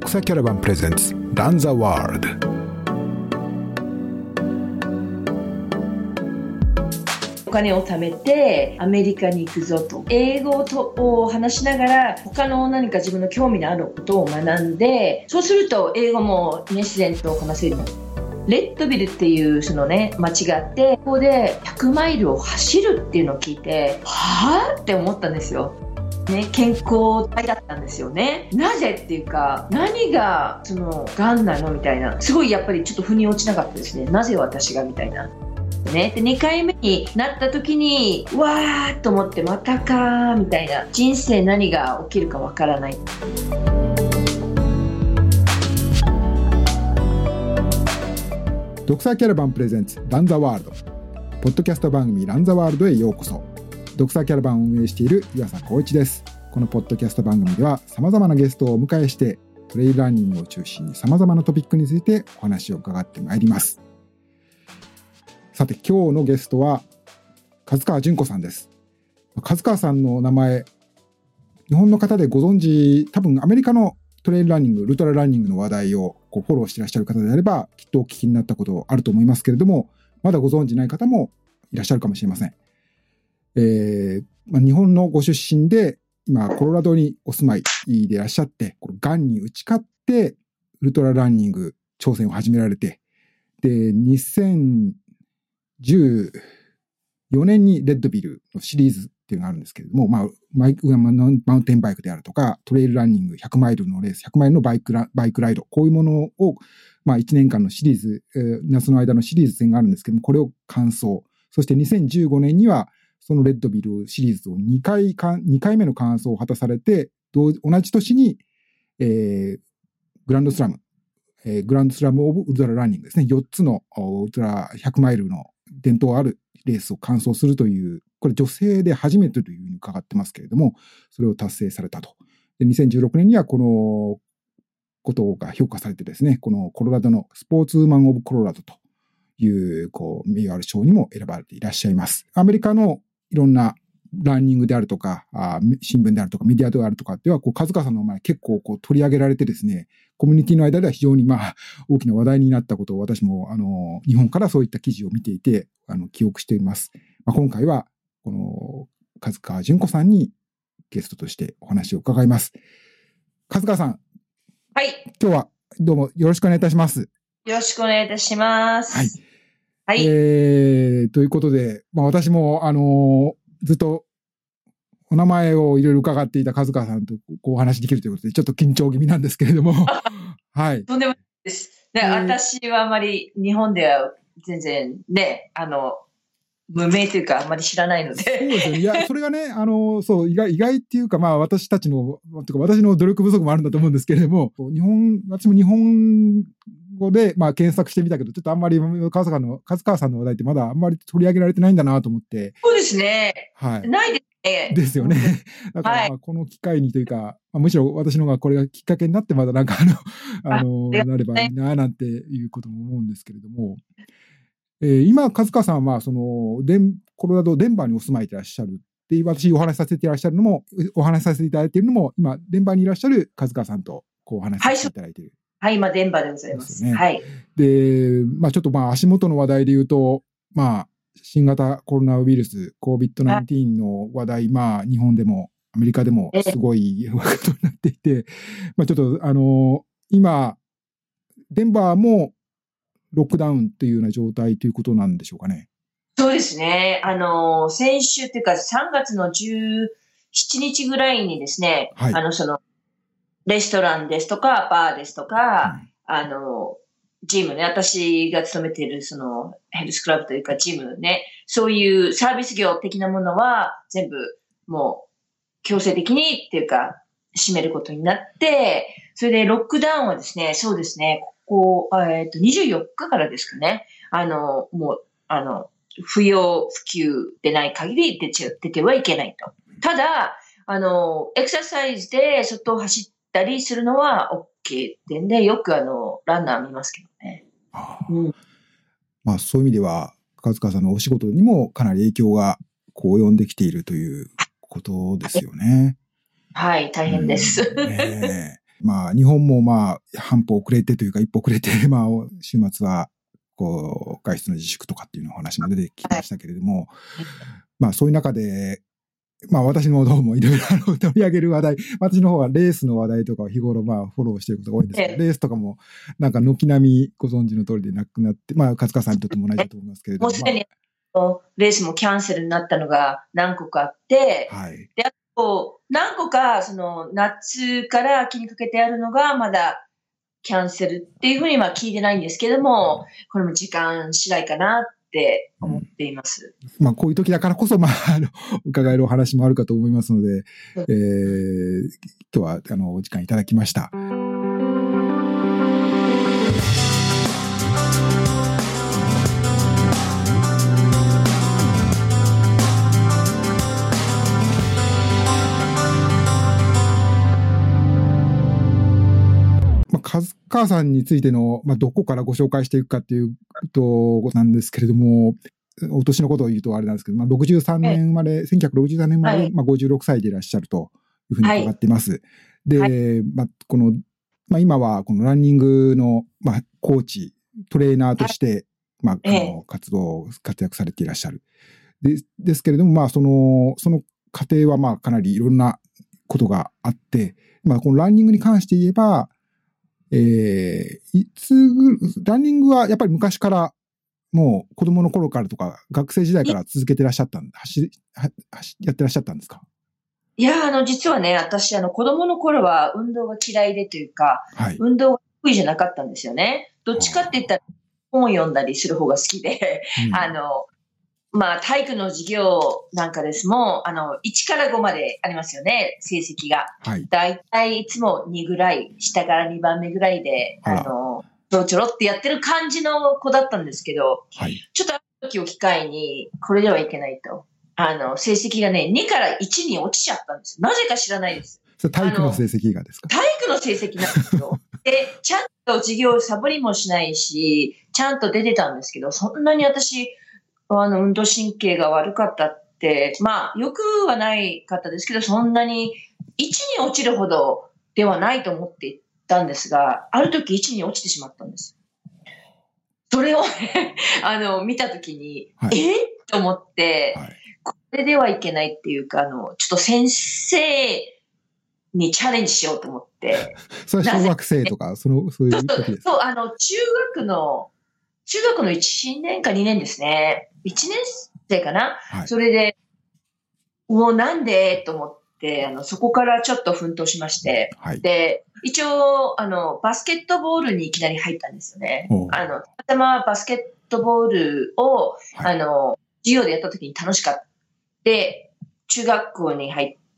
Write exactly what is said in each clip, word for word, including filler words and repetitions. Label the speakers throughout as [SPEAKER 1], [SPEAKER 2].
[SPEAKER 1] 読者キャラバンプレゼンツランザワールド。
[SPEAKER 2] お金を貯めてアメリカに行くぞと、英語を話しながら他の何か自分の興味のあることを学んで、そうすると英語も、ね、自然と話せる。レッドビルっていうそのね街があって、ここでひゃくマイルを走るっていうのを聞いて、はぁって思ったんですよ、ね、健康体だったんですよね。なぜっていうか、何がそのがんなのみたいな、すごいやっぱりちょっと腑に落ちなかったですね。なぜ私がみたいなね。でにかいめになった時にわーっと思って、またかーみたいな、人生何が起きるかわからない。
[SPEAKER 1] ドクサーキャラバンプレゼンツランザワールド。ポッドキャスト番組ランザワールドへようこそ。ドクサーキャラバンを運営している岩佐光一です。このポッドキャスト番組では様々なゲストをお迎えして、トレイルランニングを中心に様々なトピックについてお話を伺ってまいります。さて、今日のゲストは勝川純子さんです。勝川さんの名前、日本の方でご存知、多分アメリカのトレイルランニング、ウルトラランニングの話題をこうフォローしていらっしゃる方であれば、きっとお聞きになったことあると思いますけれども、まだご存知ない方もいらっしゃるかもしれません。えーまあ、日本のご出身で、今コロラドにお住まいでいらっしゃって、このがんに打ち勝ってウルトラランニング挑戦を始められて、でにせんじゅうよねんにレッドビルのシリーズっていうのがあるんですけれども、まあ、マイマウンテンバイクであるとか、トレイルランニングひゃくマイルのレース、ひゃくマイルのバイクラ、バイクライド、こういうものを、まあいちねんかんのシリーズ、えー、夏の間のシリーズ戦があるんですけども、これを完走。そしてにせんじゅうごねんには、そのレッドビルシリーズをにかいか、にかいめの完走を果たされて、同, 同じ年に、えー、グランドスラム、えー、グランドスラムオブウルトラランニングですね。よっつのウルトラひゃくマイルの伝統あるレースを完走するという、これ女性で初めてというふうに伺ってますけれども、それを達成されたと。で、にせんじゅうろくねんにはこのことが評価されてですね、このコロラドのスポーツウーマンオブコロラドという、こう、名誉ある賞にも選ばれていらっしゃいます。アメリカのいろんなランニングであるとか、あ新聞であるとか、メディアであるとかでは、こう、勝川さんの前結構こう取り上げられてですね、コミュニティの間では非常にまあ、大きな話題になったことを私も、あの、日本からそういった記事を見ていて、あの、記憶しています。まあ、今回は、この、勝川純子さんにゲストとしてお話を伺います。勝川さん。
[SPEAKER 2] はい。
[SPEAKER 1] 今日はどうもよろしくお願いいたします。
[SPEAKER 2] よろしくお願いいたします。
[SPEAKER 1] はい。
[SPEAKER 2] はい。
[SPEAKER 1] えー、ということで、まあ私も、あのー、ずっとお名前をいろいろ伺っていた勝川さんとこうお話できるということで、ちょっと緊張気味なんですけれども。はい。
[SPEAKER 2] とんでもないです。で、えー、私はあまり日本では全然ね、あの、無名というかあんまり知らないので。
[SPEAKER 1] そうですよね。いや、それがね、あの、そう、意外、意外っていうか、まあ私たちの、とか私の努力不足もあるんだと思うんですけれども、日本、私も日本語で、まあ検索してみたけど、ちょっとあんまり、勝川の、勝川さんの話題ってまだあんまり取り上げられてないんだなと思って。
[SPEAKER 2] そうですね。
[SPEAKER 1] はい。
[SPEAKER 2] ないですね。
[SPEAKER 1] ですよね。だから、まあこの機会にというか、はい、まあ、むしろ私のがこれがきっかけになって、まだなんかあの、あの、あなればいいな、なんていうことも思うんですけれども。えー、今、勝川さんは、その、デン、コロラド、デンバーにお住まいでいらっしゃる。で、私お話しさせていらっしゃるのも、お話しさせていただいているのも、今、デンバーにいらっしゃる勝川さんと、こうお話しさせていただいている。
[SPEAKER 2] はい、はい、今、デンバーでございます。ですね、はい。
[SPEAKER 1] で、まあちょっとまあ足元の話題で言うと、まあ、新型コロナウイルス、コービッドナインティーン の話題、まあ日本でもアメリカでもすごいことになっていて、まあちょっとあの、今、デンバーも、ロックダウンっていうような状態ということなんでしょうかね。
[SPEAKER 2] そうですね。あの、先週っていうかさんがつのじゅうしちにちぐらいにですね、はい、あの、その、レストランですとか、バーですとか、うん、あの、ジムね、私が勤めているそのヘルスクラブというかジムね、そういうサービス業的なものは全部もう強制的にっていうか閉めることになって、それでロックダウンはですね、そうですね、こう、えっと、にじゅうよっかからですかね。あの、もう、あの、不要不急でない限り出て、出てはいけないと。ただ、あの、エクササイズで外を走ったりするのは OK でね、よくあの、ランナー見ますけどね。
[SPEAKER 1] あうん、まあ、そういう意味では、勝川さんのお仕事にもかなり影響がこう及んできているということですよね。
[SPEAKER 2] はい、大変です。
[SPEAKER 1] うんねまあ、日本もまあ、半歩遅れてというか、一歩遅れて、まあ、週末は、こう、外出の自粛とかっていうのお話も出てきましたけれども、はい、まあ、そういう中で、まあ、私もどうもいろいろ取り上げる話題、私の方はレースの話題とかを日頃、まあ、フォローしていることが多いんですけど、レースとかも、なんか、軒並みご存知の通りでなくなって、まあ、勝川さんにとっても同じだと思いますけれども。
[SPEAKER 2] もうすでに、レースもキャンセルになったのが何個かあって、はい。で、あと、何個か、その、夏から秋にかけてやるのが、まだ、キャンセルっていうふうには聞いてないんですけども、これも時間次第かなって思っています。
[SPEAKER 1] うん、まあ、こういう時だからこそ、まあ、あの、伺えるお話もあるかと思いますので、えー、今日は、あの、お時間いただきました。勝川さんについての、まあ、どこからご紹介していくかっていうと、なんですけれども、お年のことを言うとあれなんですけど、まあ、ろくじゅうさんねん生まれ、せんきゅうひゃくろくじゅうさんねん生まれ、はい、まあ、ごじゅうろくさいでいらっしゃるというふうに伺っています。はい、で、はい、まあ、この、まあ、今はこのランニングの、まあ、コーチ、トレーナーとして、はい、まあ、あの活動、活躍されていらっしゃる。で、ですけれども、まあ、その、その過程は、まあ、かなりいろんなことがあって、まあ、このランニングに関して言えば、えー、いつぐ、ランニングはやっぱり昔からもう子供の頃からとか学生時代から続けてらっしゃったん、走り、は、やってらっしゃったんですか？
[SPEAKER 2] いや、あの、実はね、私、あの、子供の頃は運動が嫌いでというか、はい、運動が得意じゃなかったんですよね。どっちかって言ったら本を読んだりする方が好きで、うん、あの、まあ、体育の授業なんかですも、あの、いちからごまでありますよね、成績が。はい。だいたいいつもにぐらい、下からにばんめぐらいで、あの、ちょろちょろってやってる感じの子だったんですけど、はい。ちょっとある時を機会に、これではいけないと。あの、成績がね、にからいちに落ちちゃったんですよ。なぜか知らないです。
[SPEAKER 1] それ体育の成績がですか？
[SPEAKER 2] 体育の成績なんですよ。で、ちゃんと授業サボりもしないし、ちゃんと出てたんですけど、そんなに私、あの、運動神経が悪かったって、まあ、よくはないかったですけど、そんなにいちに落ちるほどではないと思っていたんですが、ある時いちに落ちてしまったんです。それをね、あの、見た時に、はい、えと思って、はい、これではいけないっていうか、あの、ちょっと先生にチャレンジしようと思って。
[SPEAKER 1] それは小学生とか、その、そういう時ですか？
[SPEAKER 2] そう、あの、中学の、中学のいちねんかにねんですね。いちねん生かな、はい、それで、もうなんでと思って、あの、そこからちょっと奮闘しまして、はい、で、一応、あの、バスケットボールにいきなり入ったんですよね。あの、たまたまバスケットボールを、はい、あの、授業でやった時に楽しかった。で、中学校に入って、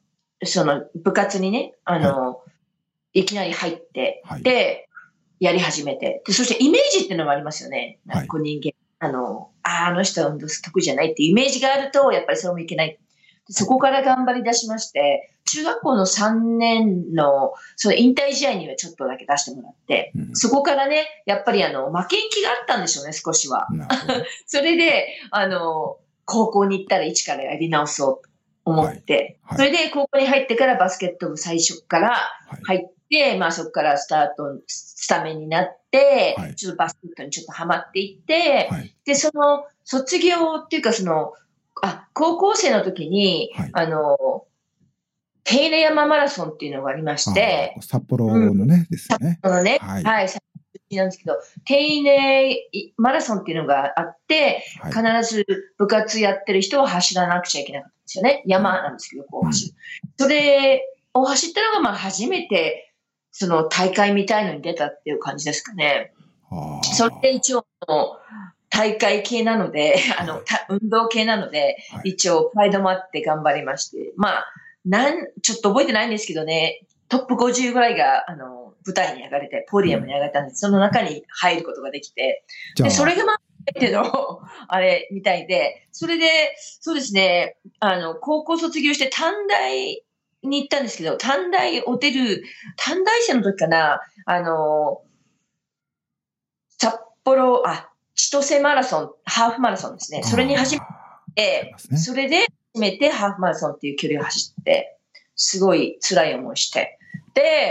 [SPEAKER 2] その部活にね、あの、はい、いきなり入って、はい、で、やり始めて。で、そしてイメージっていうのもありますよね。なんかこう人間。はい、あの、あ、あの人は運動得意じゃないっていうイメージがあると、やっぱりそれもいけない。でそこから頑張り出しまして、中学校のさんねんの、その引退試合にはちょっとだけ出してもらって、うん、そこからね、やっぱりあの、負けん気があったんでしょうね、少しは。それで、あの、高校に行ったら一からやり直そうと思って、はいはい、それで高校に入ってからバスケット部最初から入って、はい、まあそこからスタート、スタメンになって、はい、ちょっとバスケットにちょっとハマっていって、はい、で、その卒業っていうかその、あ、高校生の時に、はい、あの、手稲山マラソンっていうのがありまして、
[SPEAKER 1] 札幌のね、うん、ですよね。
[SPEAKER 2] 札幌のね、はい、はい、札幌なんですけど、手稲マラソンっていうのがあって、はい、必ず部活やってる人は走らなくちゃいけなかったんですよね。山なんですけど、こう走る。うん、それを走ったのが、まあ初めて、その大会みたいのに出たっていう感じですかね。それで一応、大会系なので、あの、運動系なので、はい、一応プライドもあって頑張りまして、まあ、なん、ちょっと覚えてないんですけどね、トップごじゅうぐらいが、あの、舞台に上がれて、ポディアムに上がったんです。その中に入ることができて、で、それがまあ、けど、あれ、みたいで、それで、そうですね、あの、高校卒業して短大に行ったんですけど、短大を出る、短大生の時かな、あの、札幌、あ、千歳マラソン、ハーフマラソンですね。それに始めて、ね、それで初めてハーフマラソンっていう距離を走って、すごい辛い思いして。で、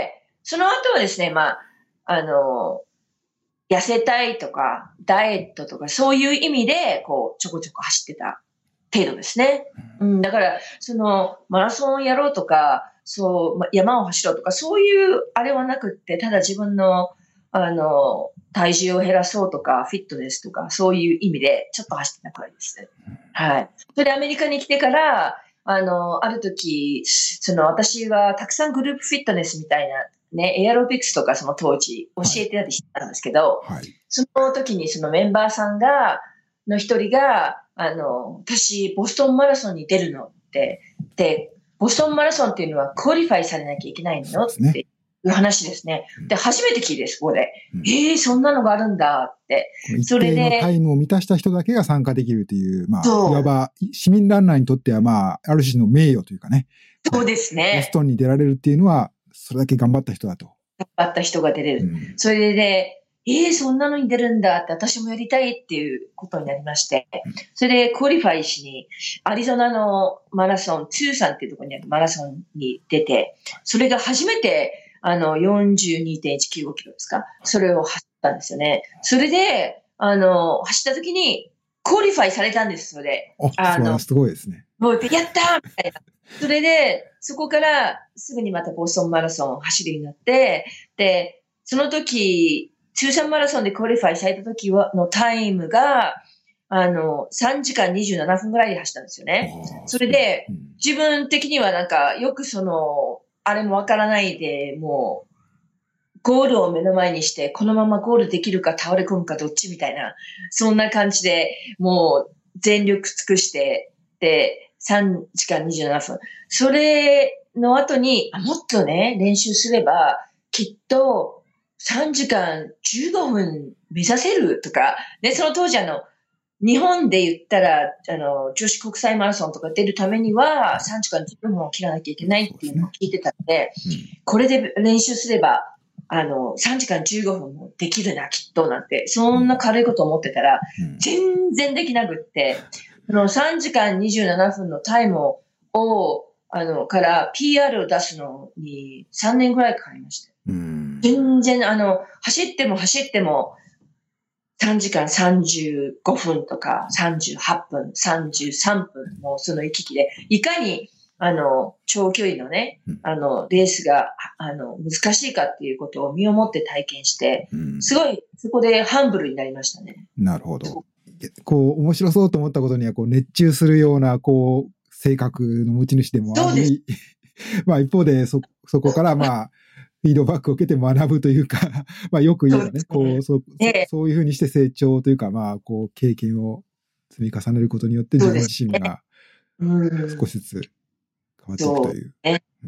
[SPEAKER 2] その後はですね、まあ、あの、痩せたいとか、ダイエットとか、そういう意味で、こう、ちょこちょこ走ってた程度ですね。うん、だから、その、マラソンやろうとか、そう、山を走ろうとか、そういう、あれはなくって、ただ自分の、あの、体重を減らそうとか、フィットネスとか、そういう意味で、ちょっと走ってたくらいですね。はい。それでアメリカに来てから、あの、ある時、その、私はたくさんグループフィットネスみたいな、ね、エアロビクスとかその当時教えてたりしたんですけど、はいはい、その時にそのメンバーさんが、の一人が、あの、私、ボストンマラソンに出るのって、で、ボストンマラソンっていうのはクオリファイされなきゃいけないのよっていう話ですね。で、初めて聞いて、そこで。うん、ええー、そんなのがあるんだって。
[SPEAKER 1] それで。一定のタイムを満たした人だけが参加できるという、まあ、いわば市民ランナーにとっては、まあ、ある種の名誉というかね。
[SPEAKER 2] そうですね。
[SPEAKER 1] ボストンに出られるっていうのは、それだけ頑張った人だと。
[SPEAKER 2] 頑張った人が出れる。うん、それで、ええー、そんなのに出るんだって、私もやりたいっていうことになりまして、それでクオリファイしに、アリゾナのマラソン、ツーサンっていうところにあるマラソンに出て、それが初めて、あの、よんじゅうにてんいちきゅうごキロですか、それを走ったんですよね。それで、あの、走った時に、クオリファイされたんです、それで。
[SPEAKER 1] あの、すごいですね。
[SPEAKER 2] もう、やったーみたいな。それで、そこからすぐにまたボストンマラソンを走るようになって、で、その時、通算マラソンでクオリファイされた時はのタイムが、あの、さんじかんにじゅうななふんぐらいで走ったんですよね。それで、自分的にはなんか、よくその、あれもわからないで、もう、ゴールを目の前にして、このままゴールできるか倒れ込むかどっちみたいな、そんな感じで、もう、全力尽くして、で、さんじかんにじゅうななふん。それの後に、もっとね、練習すれば、きっと、さんじかんじゅうごふん目指せるとか、ね、その当時あの、日本で言ったら、あの、女子国際マラソンとか出るためには、さんじかんじゅうごふんを切らなきゃいけないっていうのを聞いてたので、うん、これで練習すれば、あの、さんじかんじゅうごふんもできるな、きっと、なんて、そんな軽いこと思ってたら、うん、全然できなくって、そのさんじかんにじゅうななふんのタイムを、あの、から ピーアール を出すのにさんねんぐらいかかりました。うん、全然、あの、走っても走っても、さんじかんさんじゅうごふんとか、さんじゅうはっぷん、さんじゅうさんぷんもその行き来で、いかに、あの、長距離のね、あの、レースが、あの、難しいかっていうことを身をもって体験して、すごい、そこでハンブルになりましたね。
[SPEAKER 1] なるほど。こう、面白そうと思ったことには、こう、熱中するような、こう、性格の持ち主でもあり、まあ、一方で、そ、そこから、まあ、フィードバックを受けて学ぶというか、まあよく言えばね、こう、そう、そういうふうにして成長というか、まあ、こう、経験を積み重ねることによって自分自身が少しずつ変わっていくという。
[SPEAKER 2] ねうん、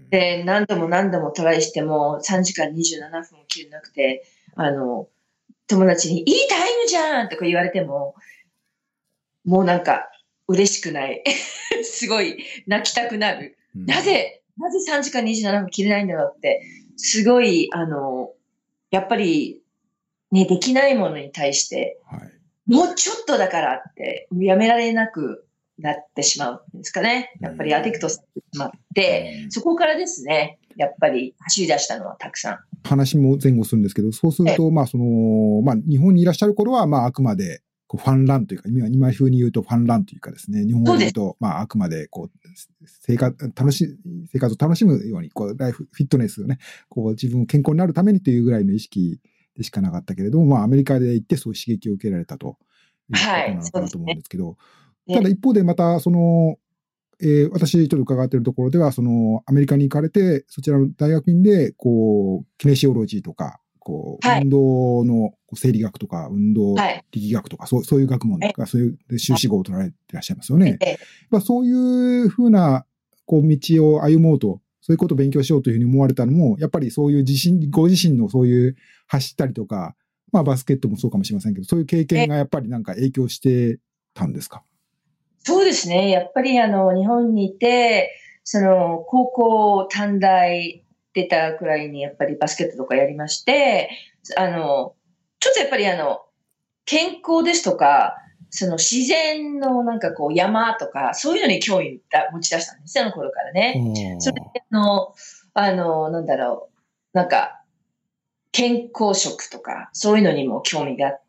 [SPEAKER 2] で、何度も何度もトライしてもさんじかんにじゅうななふんを切れなくて、あの、友達にいいタイムじゃんとか言われても、もうなんか嬉しくない。すごい泣きたくなる。うん、なぜ、なぜさんじかんにじゅうななふん切れないんだろうって。すごい、あの、やっぱり、ね、できないものに対して、はい、もうちょっとだからって、やめられなくなってしまうんですかね。やっぱりアディクトされてしまって、うん、そこからですね、やっぱり走り出したのはたくさん。
[SPEAKER 1] 話も前後するんですけど、そうすると、まあ、その、まあ、日本にいらっしゃる頃は、まあ、あくまで、こうファンランというか、今、今風に言うとファンランというかですね、日本語で言うと、まあ、あくまで、こう、生活、楽し、生活を楽しむように、こう、ライフ、フィットネスをね、こう、自分健康になるためにというぐらいの意識でしかなかったけれども、まあ、アメリカで行ってそういう刺激を受けられたということなのかなと思うんですけど、はいね、ただ一方でまた、その、えー、私ちょっと伺っているところでは、その、アメリカに行かれて、そちらの大学院で、こう、キネシオロジーとか、こう、運動の生理学とか、運動力学とか、はい、そう、そういう学問とか、そういう修士号を取られていらっしゃいますよね。はい、まあ、そういうふうな、こう、道を歩もうと、そういうことを勉強しようというふうに思われたのも、やっぱりそういう自身、ご自身のそういう走ったりとか、まあ、バスケットもそうかもしれませんけど、そういう経験がやっぱりなんか影響してたんですか？
[SPEAKER 2] そうですね。やっぱりあの、日本にいて、その、高校短大出たくらいにやっぱりバスケットとかやりまして、あの、ちょっとやっぱりあの、健康ですとか、その自然のなんかこう山とか、そういうのに興味を持ち出したんですよ、あの頃からね。それであの、あの、なんだろう、 なんか、健康食とか、そういうのにも興味があって、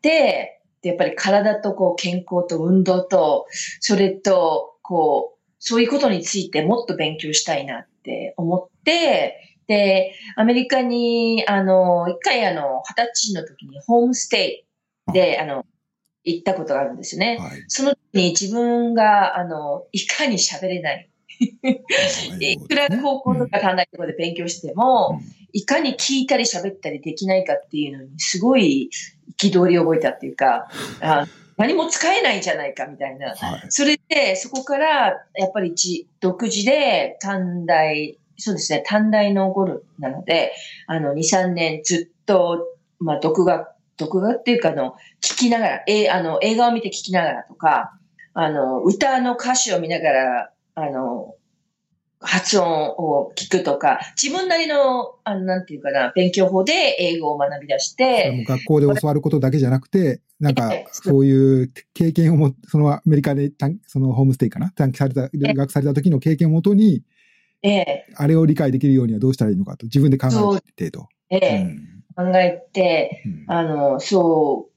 [SPEAKER 2] でやっぱり体とこう健康と運動と、それと、こう、そういうことについてもっと勉強したいなって思って、で、アメリカに、あの、一回あの、二十歳の時にホームステイで、あの、行ったことがあるんですよね。はい、その時に自分が、あの、いかに喋れない。いくら高校とか短大とかで勉強しても、うん、いかに聞いたり喋ったりできないかっていうのに、すごい憤りを覚えたっていうか、あ何も使えないんじゃないかみたいな。はい、それで、そこから、やっぱり独自で短大、そうですね、短大の頃なので、あの、に、さんねんずっと、まあ、独学、独学っていうか、あの、聞きながら、え、あの、映画を見て聞きながらとか、あの、歌の歌詞を見ながら、あの、発音を聞くとか、自分なりの、あの、なんていうかな、勉強法で英語を学び出して。
[SPEAKER 1] それも学校で教わることだけじゃなくて、なんか、そういう経験をも、そのアメリカで、そのホームステイかな短期された、留学された時の経験をもとに、ええ、あれを理解できるようにはどうしたらいいのかと、自分で考えてと。
[SPEAKER 2] ええ、うん、考えて、うん、あの、そう、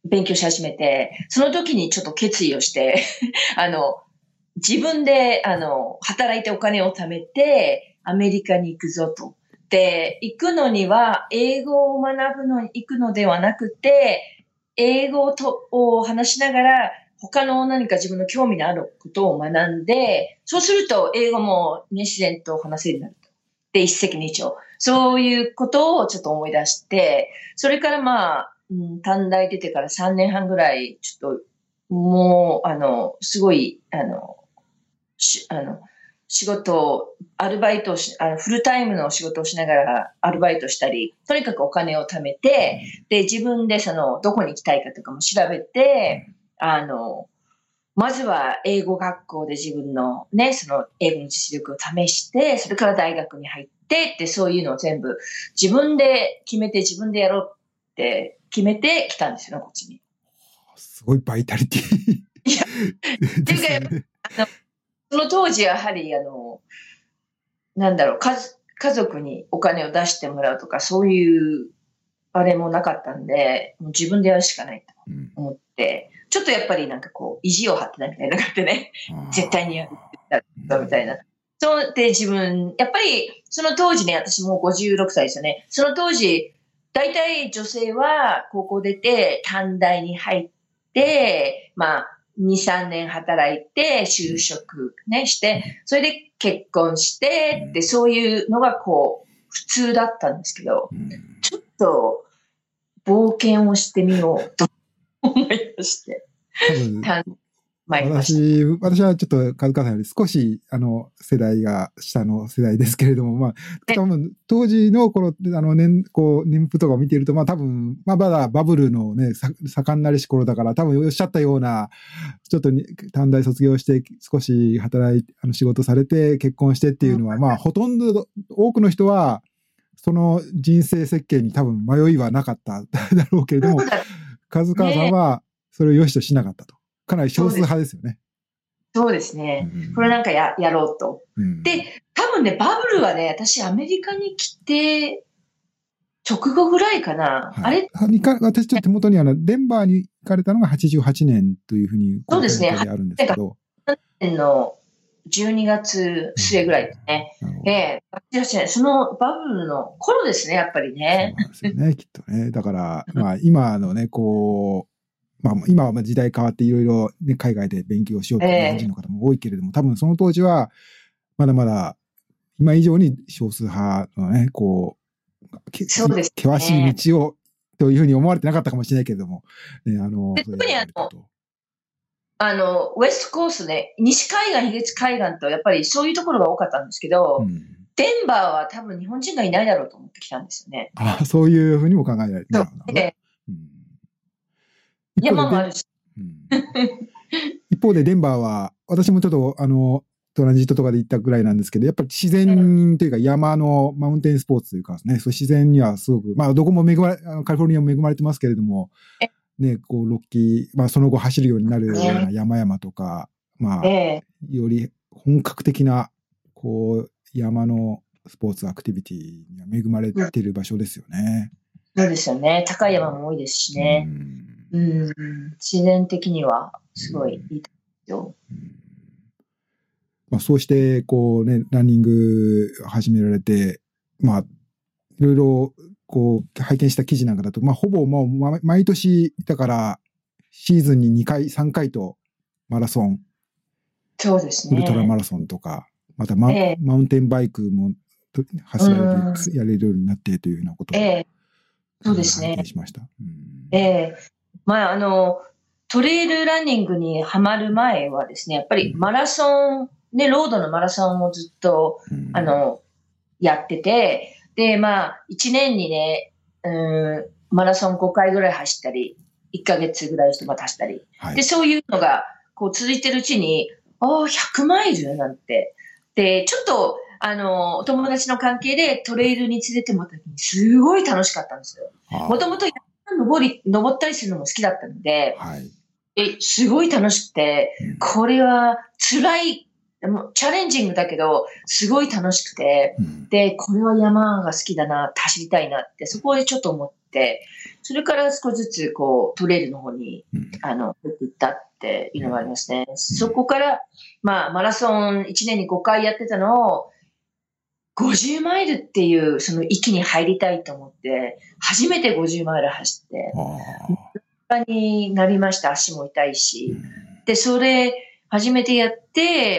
[SPEAKER 2] 勉強し始めて、その時にちょっと決意をして、あの、自分で、あの、働いてお金を貯めて、アメリカに行くぞと。で、行くのには、英語を学ぶのに行くのではなくて、英語とを話しながら、他の何か自分の興味のあることを学んで、そうすると英語も、ね、自然と話せるようになると。で、一石二鳥。そういうことをちょっと思い出して、それからまあ、うん、短大出てからさんねんはんぐらい、ちょっと、もう、あの、すごい、あの、しあの仕事を、アルバイトをし、あのフルタイムの仕事をしながらアルバイトしたり、とにかくお金を貯めて、で、自分でその、どこに行きたいかとかも調べて、あの、まずは英語学校で自分のね、その英語の実力を試して、それから大学に入ってって、そういうのを全部自分で決めて自分でやろうって決めてきたんですよね、こっちに。
[SPEAKER 1] すごいバイタリティ。いや、
[SPEAKER 2] っていうか、あの、その当時やはり、あの、なんだろう、家、家族にお金を出してもらうとか、そういう、あれもなかったんで、もう自分でやるしかないと思って、うん、ちょっとやっぱりなんかこう、意地を張ってないみたいなのがあってね、絶対にやるって言ったみたいな。そうで自分、やっぱり、その当時ね、私もうごじゅうろくさいですよね。その当時、大体女性は高校出て、短大に入って、まあ、に、さんねん働いて、就職ね、して、それで結婚して、で、そういうのがこう、普通だったんですけど、ちょっと、冒険をしてみようと思いまして。
[SPEAKER 1] 私、私はちょっと、カズカさんより少し、あの、世代が下の世代ですけれども、まあ、多分、当時の頃、あの、年、こう、年譜とかを見ていると、まあ多分、まあまだバブルのね、盛んなりし頃だから、多分おっしゃったような、ちょっと短大卒業して、少し働いて、あの、仕事されて、結婚してっていうのは、まあ、ほとんど、多くの人は、その人生設計に多分迷いはなかっただろうけれども、カズカさんは、それを良しとしなかったと。かなり少数派ですよね。
[SPEAKER 2] そうですね。うん、これなんかや、やろうと、うん。で、多分ね、バブルはね、私アメリカに来て、直後ぐらいかな。はい、あれ
[SPEAKER 1] 私ちょっと手元にあの、デンバーに行かれたのがはちじゅうはちねんというふうに、
[SPEAKER 2] そうですね。
[SPEAKER 1] あるんですけど。
[SPEAKER 2] はちねんのじゅうにがつ末ぐらいですね。で、はちじゅうはちねん、そのバブルの頃ですね、やっぱりね。
[SPEAKER 1] そうなんですよね、きっとね。だから、まあ今のね、こう、まあ、今は時代変わっていろいろね、海外で勉強しようという日本人の方も多いけれども、えー、多分その当時は、まだまだ、今以上に少数派のね、こう、
[SPEAKER 2] そうですね、
[SPEAKER 1] 険しい道を、というふうに思われてなかったかもしれないけれども、ね、あの、
[SPEAKER 2] 特にあの、あの、ウエストコースね、西海岸、東海岸と、やっぱりそういうところが多かったんですけど、うん、デンバーは多分日本人がいないだろうと思ってきたんですよね。
[SPEAKER 1] あ、そういうふうにも考えられる。
[SPEAKER 2] そう。で、山もあるし、うん。
[SPEAKER 1] 一方でデンバーは、私もちょっとあの、トランジットとかで行ったぐらいなんですけど、やっぱり自然というか山のマウンテンスポーツというかね、そう自然にはすごく、まあどこも恵まれ、カリフォルニアも恵まれてますけれども、ね、こうロッキー、まあその後走るようになるような山々とか、まあ、より本格的な、こう、山のスポーツアクティビティには恵まれている場所ですよね。
[SPEAKER 2] そうですよね。高い山も多いですしね。うん、うん、自然的にはすごいいいですよ。うんうん
[SPEAKER 1] まあ、そうしてこうねランニング始められて、まあいろいろこう拝見した記事なんかだと、まあほぼもう毎年だからシーズンににかいさんかいとマラソン、
[SPEAKER 2] そうですね、
[SPEAKER 1] ウルトラマラソンとか、また マ,、えー、マウンテンバイクも走られる、やれるようになってというようなことを、え
[SPEAKER 2] ー、そうですね。
[SPEAKER 1] 拝見しました。うん、
[SPEAKER 2] えー、まああのトレイルランニングにハマる前はですね、やっぱりマラソン、ね、ロードのマラソンをずっと、うん、あの、やってて、で、まあ、いちねんにね、うん、マラソンごかいぐらい走ったり、いっかげつぐらいしてまた走ったり、はい、で、そういうのが、こう続いてるうちに、ああ、ひゃくマイルなんて。で、ちょっと、あの、お友達の関係でトレイルに連れてもらった時に、すごい楽しかったんですよ。もともと登り、登ったりするのも好きだったので、はい、えすごい楽しくて、これは辛い、チャレンジングだけど、すごい楽しくて、うん、で、これは山が好きだな、走りたいなって、そこでちょっと思って、それから少しずつ、こう、トレイルの方に、うん、あの、行ったっていうのがありますね。うん、そこから、まあ、マラソンいちねんにごかいやってたのを、ごじゅうマイルっていう、その域に入りたいと思って、初めてごじゅうマイル走って、になりました。足も痛いし。で、それ、初めてやって、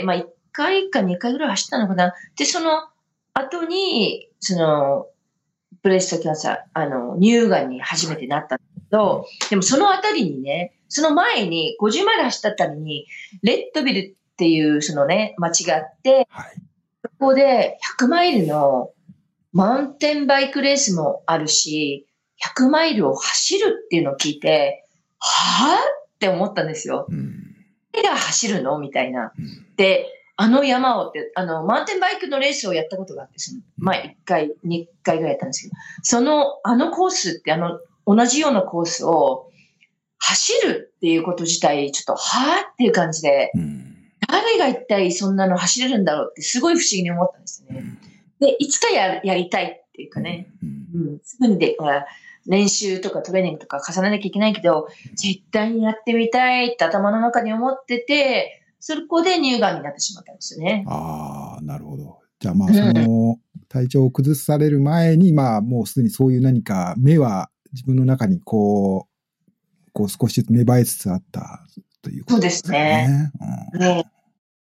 [SPEAKER 2] まあ、いっかいかにかいぐらい走ったのかな。で、その後に、その、ブレストキャンサー、あの、乳がんに初めてなったんだけど、でもそのあたりにね、その前に、ごじゅうマイル走ったあたりに、レッドビルっていう、そのね、街があって、はい、そこでひゃくマイルのマウンテンバイクレースもあるし、ひゃくマイルを走るっていうのを聞いて、はぁって思ったんですよ。うん、誰が走るのみたいな。うん、で、あの山をって、あの、マウンテンバイクのレースをやったことがあって、その前いっかい、にかいぐらいやったんですけど、その、あのコースって、あの、同じようなコースを走るっていうこと自体、ちょっと、はぁっていう感じで、うん、誰が一体そんなの走れるんだろうってすごい不思議に思ったんですよね。うん、で、いつかや、やりたいっていうかね、うん、すぐにで、ほら、練習とかトレーニングとか重ねなきゃいけないけど、絶対にやってみたいって頭の中に思ってて、そこで乳がんになってしまったんですよね。
[SPEAKER 1] ああ、なるほど。じゃあまあ、その、体調を崩される前に、うん、まあ、もうすでにそういう何か、目は自分の中にこう、こう少しずつ芽生えつつあったということですね。そうですね。うんね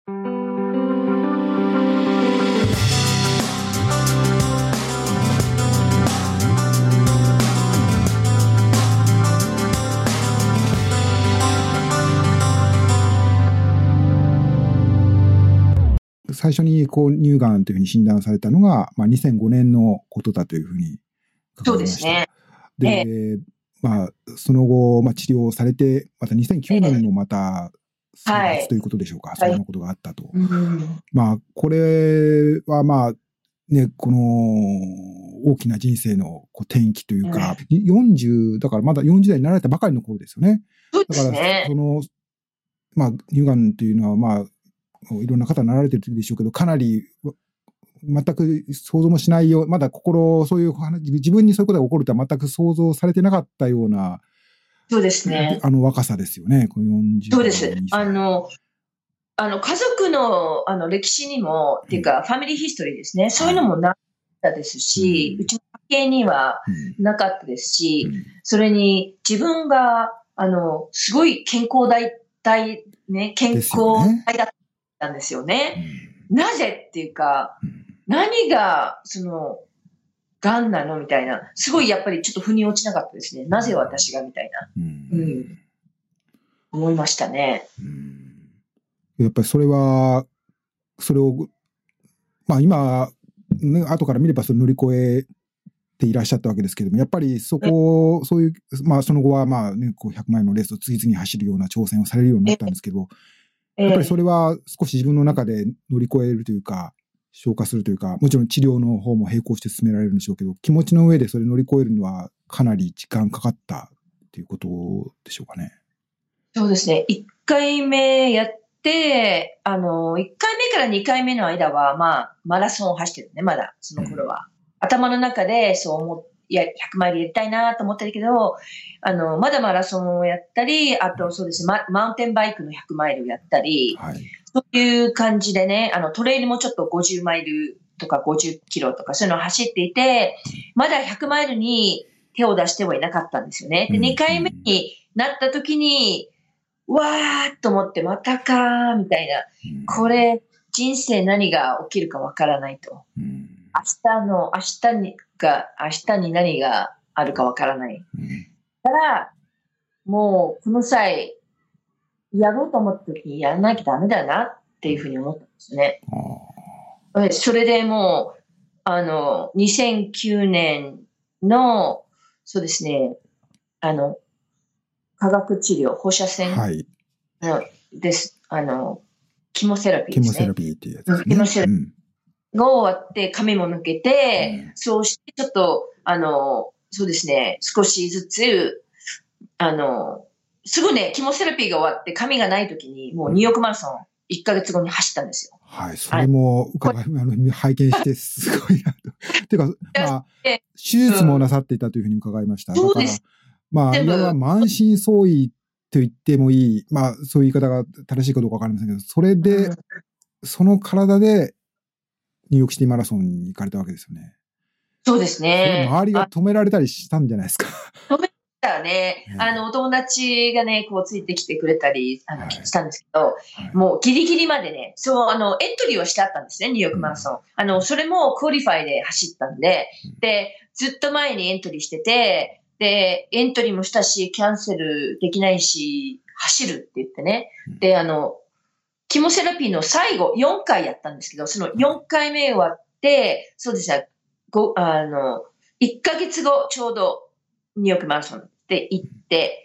[SPEAKER 1] 最初にこう乳がんというふうに診断されたのが、まあ、にせんごねんのことだというふうに書かれました。そうですね。で、ええ、まあ、その後、まあ、治療されて、またにせんきゅうねんにもまた再発ということでしょうか。はい、そんなことがあったと。はい、まあ、これはまあ、ね、この大きな人生のこう転機というか、うん、よんじゅう、だからまだよんじゅう代になられたばかりの頃ですよね。
[SPEAKER 2] そうですね。
[SPEAKER 1] だから、その、まあ、乳がんというのは、まあ、いろんな方になられてるでしょうけど、かなり全く想像もしないよう、まだ心、そういう話、自分にそういうことが起こるとは全く想像されてなかったような、
[SPEAKER 2] そうですね。
[SPEAKER 1] あの若さですよね、このよんじゅう。
[SPEAKER 2] そうです。あの、あの、家族の、あの、歴史にも、っていうか、ファミリーヒストリーですね。そういうのもなかったですし、うちの家系にはなかったですし、それに自分が、あの、すごい健康大、大、ね、健康体だったんですよね。なぜっていうか、何が、その、がんなのみたいな。すごいやっぱりちょっと腑に落ちなかったですね。なぜ私がみたいな。うん。思いましたね。
[SPEAKER 1] うんやっぱりそれは、それを、まあ今、ね、後から見ればそれ乗り越えていらっしゃったわけですけども、やっぱりそこ、そういう、まあその後はまあね、こうひゃくマイルのレースを次々に走るような挑戦をされるようになったんですけど、やっぱりそれは少し自分の中で乗り越えるというか、消化するというか、もちろん治療の方も並行して進められるんでしょうけど、気持ちの上でそれ乗り越えるにはかなり時間かかったっていうことでしょうかね。
[SPEAKER 2] そうですね。いっかいめやっで、あの、いっかいめからにかいめの間は、まあ、マラソンを走ってるね、まだ、その頃は。うん、頭の中でそう思って、いや、ひゃくマイルやりたいなと思ってるけど、あの、まだマラソンをやったり、あとそうですね、マ、マウンテンバイクのひゃくマイルをやったり、はい、そういう感じでね、あの、トレイルもちょっとごじゅうマイルとかごじゅっキロとかそういうのを走っていて、まだひゃくマイルに手を出してはいなかったんですよね。で、にかいめになった時に、わーっと思って、またかー、みたいな。これ、人生何が起きるかわからないと。明日の、明日にが、明日に何があるかわからない。だから、もう、この際、やろうと思った時にやらなきゃダメだなっていうふうに思ったんですね。それでもう、あの、にせんきゅうねんの、そうですね、あの、化学治療、放射線のです、はい、あの、キモセラピーですね。
[SPEAKER 1] キモセラピーっていうやつですね。
[SPEAKER 2] キモセラピーが終わって、髪も抜けて、うん、そうしてちょっと、あの、そうですね、少しずつ、あの、すぐね、キモセラピーが終わって髪がない時に、もうニューヨークマラソンいっかげつごに走ったんですよ。
[SPEAKER 1] はい、それも伺い、あの、拝見してすごいなと。てか、まあ、手術もなさっていたというふうに伺いました。うん、
[SPEAKER 2] そうです。
[SPEAKER 1] まあ、いわば満身創痍と言ってもいい、まあ、そういう言い方が正しいかどうかわかりませんけど、それで、うん、その体で、ニューヨークシティマラソンに行かれたわけですよね。
[SPEAKER 2] そうですね。
[SPEAKER 1] 周りが止められたりしたんじゃないですか。
[SPEAKER 2] 止めたらね、ねあの、お友達がね、こうついてきてくれたり、あの、はい、したんですけど、はい、もうギリギリまでね、そう、あの、エントリーをしてあったんですね、ニューヨークマラソン。うん、あの、それもクオリファイで走ったんで、うん、で、ずっと前にエントリーしてて、で、エントリーもしたし、キャンセルできないし、走るって言ってね。で、あの、キモセラピーの最後、よんかいやったんですけど、そのよんかいめ終わって、そうですね、ご、あの、いっかげつご、ちょうど、ニューヨークマラソンって行って、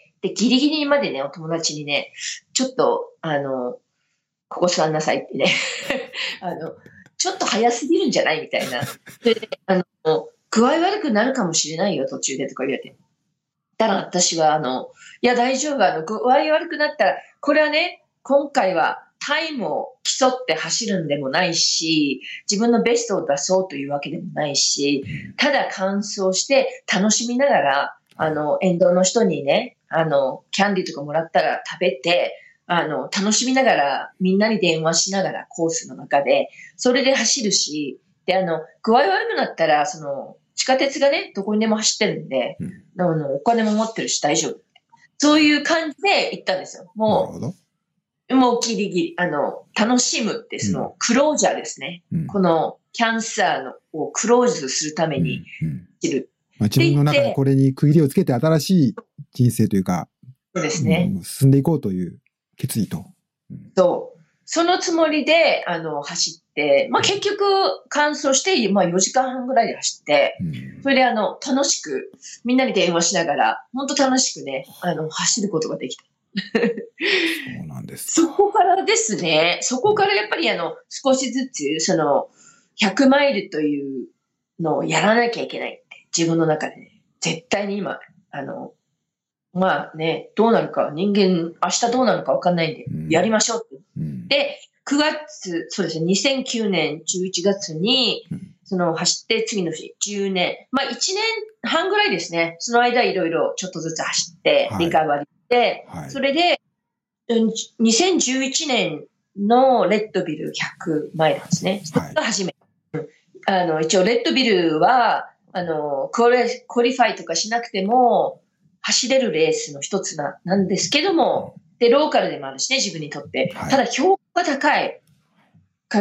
[SPEAKER 2] で、ギリギリまでね、お友達にね、ちょっと、あの、ここ座んなさいってね、あの、ちょっと早すぎるんじゃないみたいな。で、あの、具合悪くなるかもしれないよ、途中でとか言われて。だから私は、あの、いや、大丈夫、あの、具合悪くなったら、これはね、今回はタイムを競って走るんでもないし、自分のベストを出そうというわけでもないし、ただ完走して楽しみながら、あの、沿道の人にね、あの、キャンディーとかもらったら食べて、あの、楽しみながら、みんなに電話しながらコースの中で、それで走るし、で、あの、具合悪くなったら、その、地下鉄がね、どこにでも走ってるんで、うん、あのお金も持ってるし大丈夫。そういう感じで行ったんですよ。もう、もうギリギリ、あの、楽しむって、その、クロージャーですね。うん、この、キャンサーのをクローズするためにいる。
[SPEAKER 1] うんうん、まあ、自分の中でこれに区切りをつけて新しい人生というか、
[SPEAKER 2] そうですね、
[SPEAKER 1] うん。進んでいこうという決意と。
[SPEAKER 2] うん、そう。そのつもりで、あの、走って、まあ、結局、完走して、まあ、よじかんはんぐらいで走って、うん、それで、あの、楽しく、みんなに電話しながら、本当楽しくね、あの、走ることができた。
[SPEAKER 1] そうなんです。
[SPEAKER 2] そこからですね、そこからやっぱり、あの、少しずつ、その、ひゃくマイルというのをやらなきゃいけないって、自分の中でね、絶対に今、あの、まあね、どうなるか、人間、明日どうなるか分かんないんで、うん、やりましょうって。うん、で、くがつ、そうですね、にせんきゅうねんじゅういちがつに、うん、その、走って次の日、じゅうねん、まあいちねんはんぐらいですね、その間いろいろちょっとずつ走って、リカバリーして、はい、それで、にせんじゅういちねんのレッドビルひゃくマイルですね。それが初め、はい、あの、一応レッドビルは、あの、クオリファイとかしなくても、走れるレースの一つな、なんですけども、で、ローカルでもあるしね、自分にとって。はい、ただ、標高が高いから、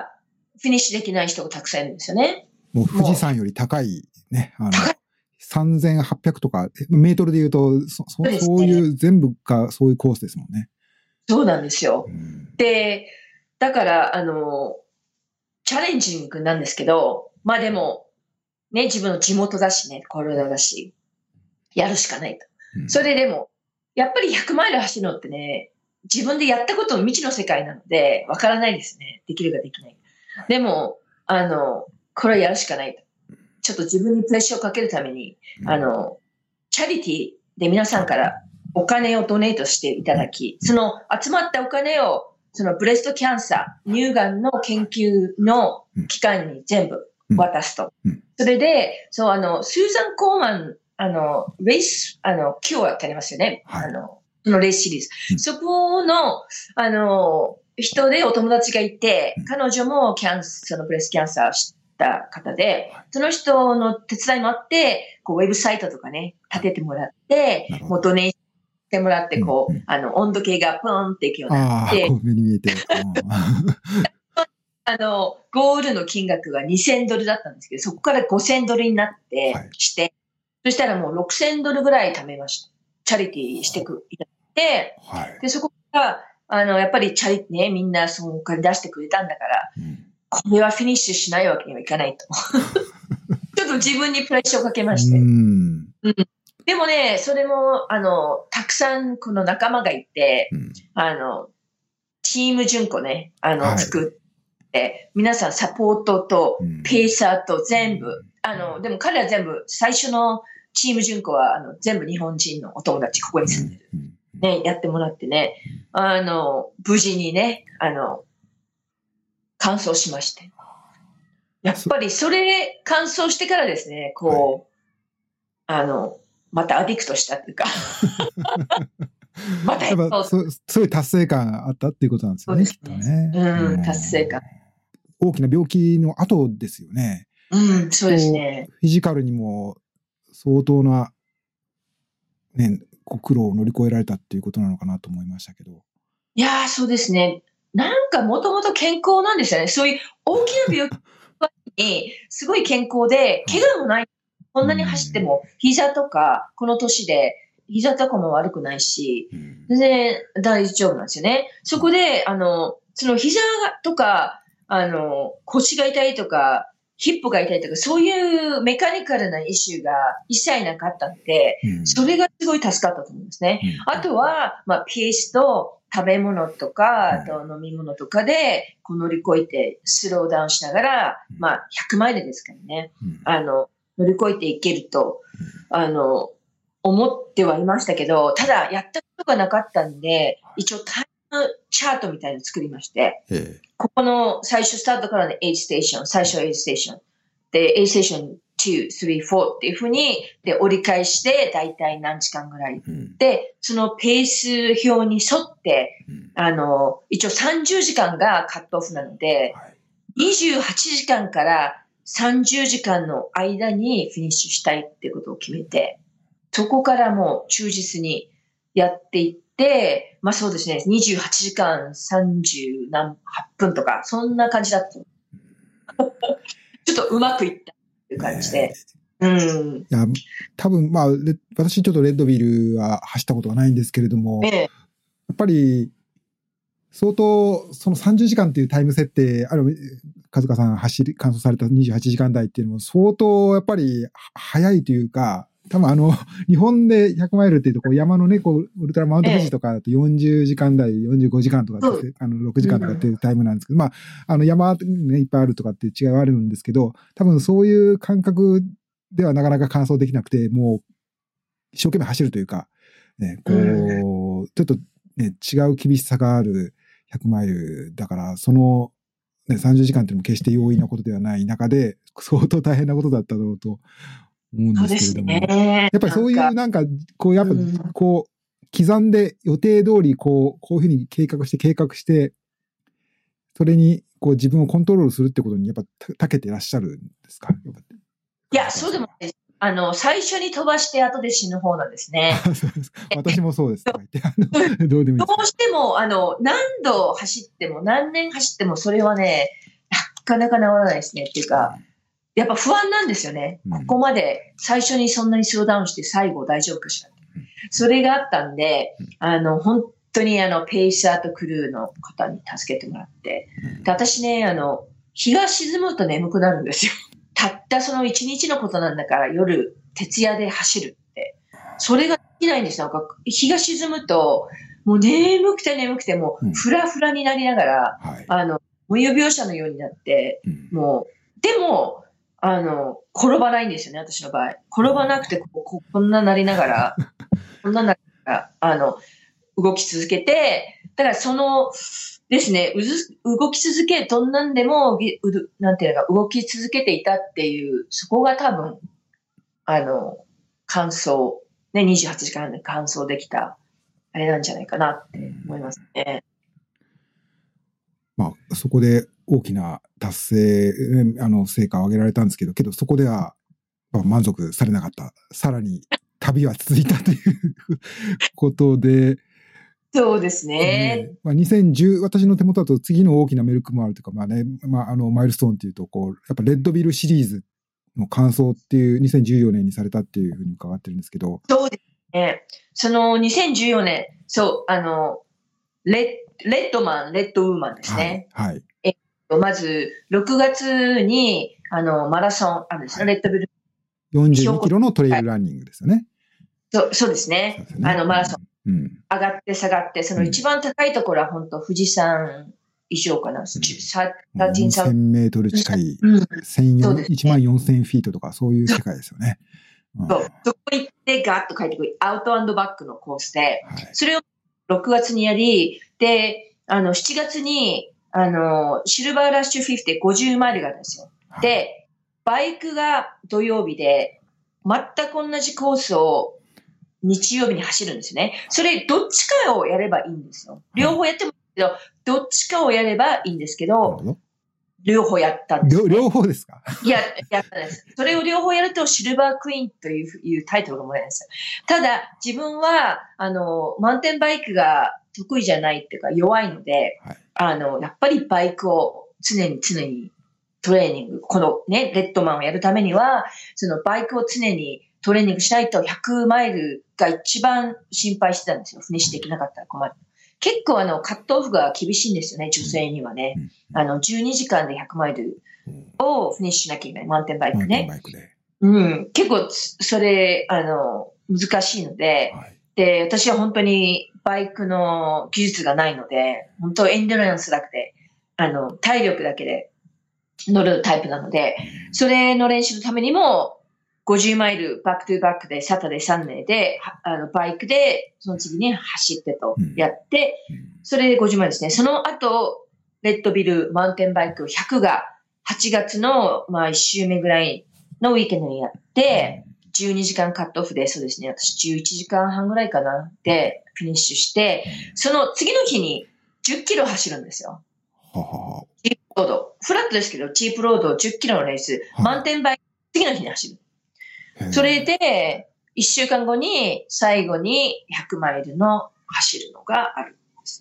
[SPEAKER 2] フィニッシュできない人がたくさんいるんですよね。
[SPEAKER 1] もう富士山より高いね。あの、さんぜんはっぴゃくとか、メートルで言うと、そ、そ、ね、そういう、全部がそういうコースですもんね。
[SPEAKER 2] そうなんですよ。うん、で、だから、あの、チャレンジングなんですけど、まあでも、ね、自分の地元だしね、コロラドだし、やるしかないと。うん、それでも、やっぱりひゃくマイル走るのってね、自分でやったことの未知の世界なので、わからないですね。できるかできない。でも、あの、これはやるしかないと。ちょっと自分にプレッシャーをかけるために、うん、あの、チャリティーで皆さんからお金をドネートしていただき、その集まったお金をそのブレストキャンサー、乳がんの研究の機関に全部渡すと。うんうん、それで、そう、あの、スーザン・コーマン、あの、レース、あの、キュアってありますよね。はい、あの、そのレースシリーズ。うん、そこの、あの、人でお友達がいて、彼女もキャンサー、そのブレストキャンサーをした方で、その人の手伝いもあって、こう、ウェブサイトとかね、立ててもらって、元ネしてもらって、こう、うんうん、あの、温度計がプーンっていくようになって、
[SPEAKER 1] ああ、目に見えて。
[SPEAKER 2] あの、ゴールの金額がにせんドルだったんですけど、そこからごせんドルになって、はい、して、そしたらもうろくせんドルぐらい貯めました。チャリティーしてく、いただいて、はい、で、そこから、あの、やっぱりチャリティーね、みんなそのお金出してくれたんだから、うん、これはフィニッシュしないわけにはいかないと。ちょっと自分にプレッシャーをかけまして。うんうん、でもね、それも、あの、たくさんこの仲間がいて、うん、あの、チーム順子ね、あの、はい、作って、皆さんサポートと、ペーサーと全部、うん、あの、でも彼は全部、最初のチーム順子は、あの、全部日本人のお友達、ここに住んでる。うんね、やってもらってね、あの、無事にね、あの、完走しまして。やっぱりそれ、完走してからですね、こう、はい、あの、またアディクトしたっていうか。
[SPEAKER 1] またやっぱそ、そういう達成感あったっていうことなんですよね、きっとね。
[SPEAKER 2] うん、達成感。
[SPEAKER 1] 大きな病気の後ですよね。
[SPEAKER 2] うん、そうですね。
[SPEAKER 1] フィジカルにも相当な、ね、苦労を乗り越えられたっていうことなのかなと思いましたけど。
[SPEAKER 2] いやー、そうですね。なんかもともと健康なんですよね。そういう大きな病気にすごい健康で、怪我もない。こんなに走っても、膝とか、この年で、膝とかも悪くないし、全然大丈夫なんですよね。そこで、あの、その膝とか、あの、腰が痛いとか、ヒップが痛いとか、そういうメカニカルなイシューが一切なかったんで、うん、それがすごい助かったと思うんですね。うん、あとは、まあ、ピースと食べ物とか、あと飲み物とかで、こう乗り越えて、スローダウンしながら、まあ、ひゃくマイルですからね、うん、あの、乗り越えていけると、あの、思ってはいましたけど、ただ、やったことがなかったんで、一応タイムチャートみたいに作りまして、ここの最初スタートからの A ステーション、最初 A ステーション。で、A ステーションに、さん、よんっていうふうに、で、折り返して、だいたい何時間ぐらい。うん、で、そのペース表に沿って、うん、あの、一応さんじゅうじかんがカットオフなので、はい、にじゅうはちじかんからさんじゅうじかんの間にフィニッシュしたいってことを決めて、そこからもう忠実にやっていって、まあそうですね、にじゅうはちじかんさんじゅうはっぷんとか、そんな感じだった。ちょっとうまくいったっていう感じで。うん。い
[SPEAKER 1] や、多分、まあ、私ちょっとレッドビルは走ったことがないんですけれども、ええ、やっぱり、相当、そのさんじゅうじかんっていうタイム設定、ある、和香さん走り、完走されたにじゅうはちじかん台っていうのも相当やっぱり早いというか、多分あの、日本でひゃくマイルっていうと、こう山のね、こう、ウルトラマウント富士とかだとよんじゅうじかん台、よんじゅうごじかんとかって、うん、あの、ろくじかんとかっていうタイムなんですけど、まあ、あの、山ね、いっぱいあるとかっていう違いはあるんですけど、多分そういう感覚ではなかなか完走できなくて、もう、一生懸命走るというか、ね、こう、うん、ちょっとね、違う厳しさがあるひゃくマイルだから、その、ね、さんじゅうじかんっていうのも決して容易なことではない中で、相当大変なことだっただろうと思うんですけれども。ね、やっぱりそういうなんか、こう、やっぱ、こう、刻んで予定通り、こう、こういうふうに計画して計画して、それに、こう自分をコントロールするってことに、やっぱ、長けてらっしゃるんですか？
[SPEAKER 2] いや、そうでもないです。あの、最初に飛ばして後で死ぬ方なんですね。
[SPEAKER 1] そうです。私もそうです。どうでもいいです。
[SPEAKER 2] どうしても、あの、何度走っても、何年走っても、それはね、なかなか治らないですね。っていうか、やっぱ不安なんですよね。うん、ここまで最初にそんなにスローダウンして最後大丈夫かしらって。それがあったんで、あの、本当にあの、ペーサーとクルーの方に助けてもらって。で、私ね、あの、日が沈むと眠くなるんですよ。たったその一日のことなんだから夜、徹夜で走るって。それができないんですよ。なんか日が沈むと、もう眠くて眠くて、もうフラフラになりながら、うんはい、あの、無有病者のようになって、うん、もう、でも、あの、転ばないんですよね、私の場合。転ばなくてこ、こ、こんななりながら、こんななりながら、あの、動き続けて、 だからそのですね、うず動き続け、どんなんでも、うなんていうのか、動き続けていたっていう、そこが多分、あの、完走、ね、にじゅうはちじかんで完走できた、あれなんじゃないかなって思いますね。
[SPEAKER 1] まあ、そこで大きな達成、あの、成果を上げられたんですけど、けどそこでは満足されなかった。さらに旅は続いたということで、
[SPEAKER 2] そうですね。
[SPEAKER 1] ね、まあ、にせんじゅう、私の手元だと次の大きなメルクもあるというか、まあね、まあ、あの、マイルストーンっていうと、こう、やっぱレッドビルシリーズの完走っていうにせんじゅうよねんにされたっていうふうに伺ってるんですけど。
[SPEAKER 2] そうですね。そのにせんじゅうよねん、そう、あの、レッ、レッドマン、レッドウーマンですね。
[SPEAKER 1] はい。はい、
[SPEAKER 2] えっと、まず、ろくがつに、あの、マラソンあるんですね、はい、レッドビル。
[SPEAKER 1] よんじゅうにキロのトレイルランニングですよね。
[SPEAKER 2] はい、そう、そうですね。そうですね。あの、マラソン。
[SPEAKER 1] うん、
[SPEAKER 2] 上がって下がって、その一番高いところは本当富士山以上かな。うん、
[SPEAKER 1] よんせんメートル近い、うん、いちまんよんせんフィートとかそういう世界ですよね。
[SPEAKER 2] そう。そこ行ってガーッと帰ってくるアウト&バックのコースで、はい、それをろくがつにやり、で、あの、しちがつに、あの、シルバーラッシュフィフティーごじゅうマイルがあるんですよ。はい、で、バイクが土曜日で、全く同じコースを日曜日に走るんですよね。それ、どっちかをやればいいんですよ。両方やってもいいけど、はい、どっちかをやればいいんですけど、両方やったんです、ね。
[SPEAKER 1] 両方ですか？
[SPEAKER 2] いや、やったんです。それを両方やるとシルバークイーンという、いうタイトルがもらえるんですよ。ただ、自分は、あの、マウンテンバイクが得意じゃないっていうか弱いので、はい、あの、やっぱりバイクを常に常にトレーニング、このね、レッドマンをやるためには、そのバイクを常にトレーニングしないとひゃくマイルが一番心配してたんですよ。フィニッシュできなかったら困る。結構あの、カットオフが厳しいんですよね、女性にはね。あの、じゅうにじかんでひゃくマイルをフィニッシュしなきゃいけない。マウンテンバイクね。うん。結構、それ、あの、難しいので、はい、で、私は本当にバイクの技術がないので、本当エンドランスだけで、あの、体力だけで乗るタイプなので、それの練習のためにも、ごじゅうマイルバックトゥーバックでサタデーサンデーで、あの、バイクで、その次に走ってとやって、それでごじゅうマイルですね。その後、レッドビルマウンテンバイクひゃくがはちがつの、まあ、いち週目ぐらいのウィーケンドにやって、じゅうにじかんカットオフで、そうですね、私じゅういちじかんはんぐらいかな、で、フィニッシュして、その次の日にじゅっキロ走るんですよ。チープロード。フラットですけど、チープロードじゅっキロのレース、マウンテンバイク、次の日に走る。それで、いっしゅうかんごに最後にひゃくマイルの走るのがあるんです。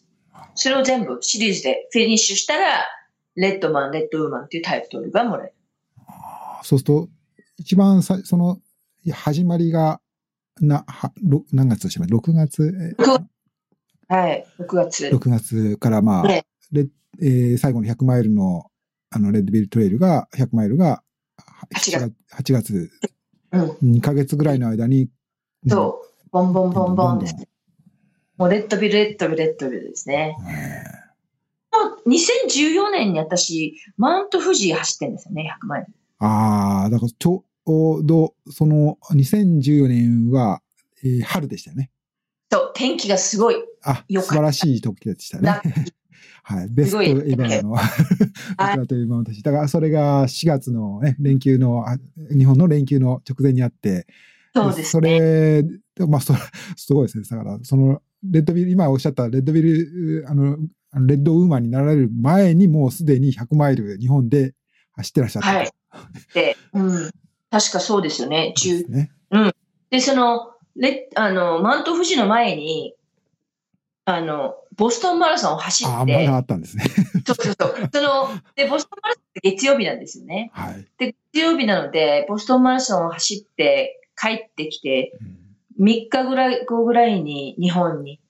[SPEAKER 2] それを全部シリーズでフィニッシュしたら、レッドマン、レッドウーマンっていうタイトルがもらえる。
[SPEAKER 1] そうすると、一番さ、その、始まりが、な、は、何月としてもろくがつ、
[SPEAKER 2] はい、ろくがつ。
[SPEAKER 1] ろくがつからまあ、ね、レえー、最後のひゃくマイルの、あの、レッドビルトレイルが、ひゃくマイルがはちがつ。はちがつうん、にかげつぐらいの間に。
[SPEAKER 2] そう。ボンボンボンボンですね。もうレッドビル、レッドビル、レッドビルですね。にせんじゅうよねんに私、マウント富士走ってるんですよね、ひゃくマイル。
[SPEAKER 1] ああ、だからちょうど、その、にせんじゅうよねんは、えー、春でしたよね。
[SPEAKER 2] そう、天気がすごい
[SPEAKER 1] あ、素晴らしい時でしたね。はい。ベストエバーの、というマウント富士。だからそれがしがつのね、連休の、日本の連休の直前にあって、
[SPEAKER 2] そうですね。
[SPEAKER 1] それ、まあ、それ、すごいですね。だから、その、レッドビル、今おっしゃったレッドビル、あの、レッドウーマンになられる前にもうすでにひゃくマイル日本で走ってらっしゃった。
[SPEAKER 2] はい。で、うん。確かそうですよね。じゅう。ね、うん。で、その、レあの、マウント富士の前に、あの、ボストンマラソンを走って。
[SPEAKER 1] ああ、まだあったんですね。
[SPEAKER 2] そうそうそう。その、で、ボストンマラソンって月曜日なんですよね。
[SPEAKER 1] はい。
[SPEAKER 2] で、月曜日なので、ボストンマラソンを走って帰ってきて、うん、みっかぐらい後ぐらいに日本に行って、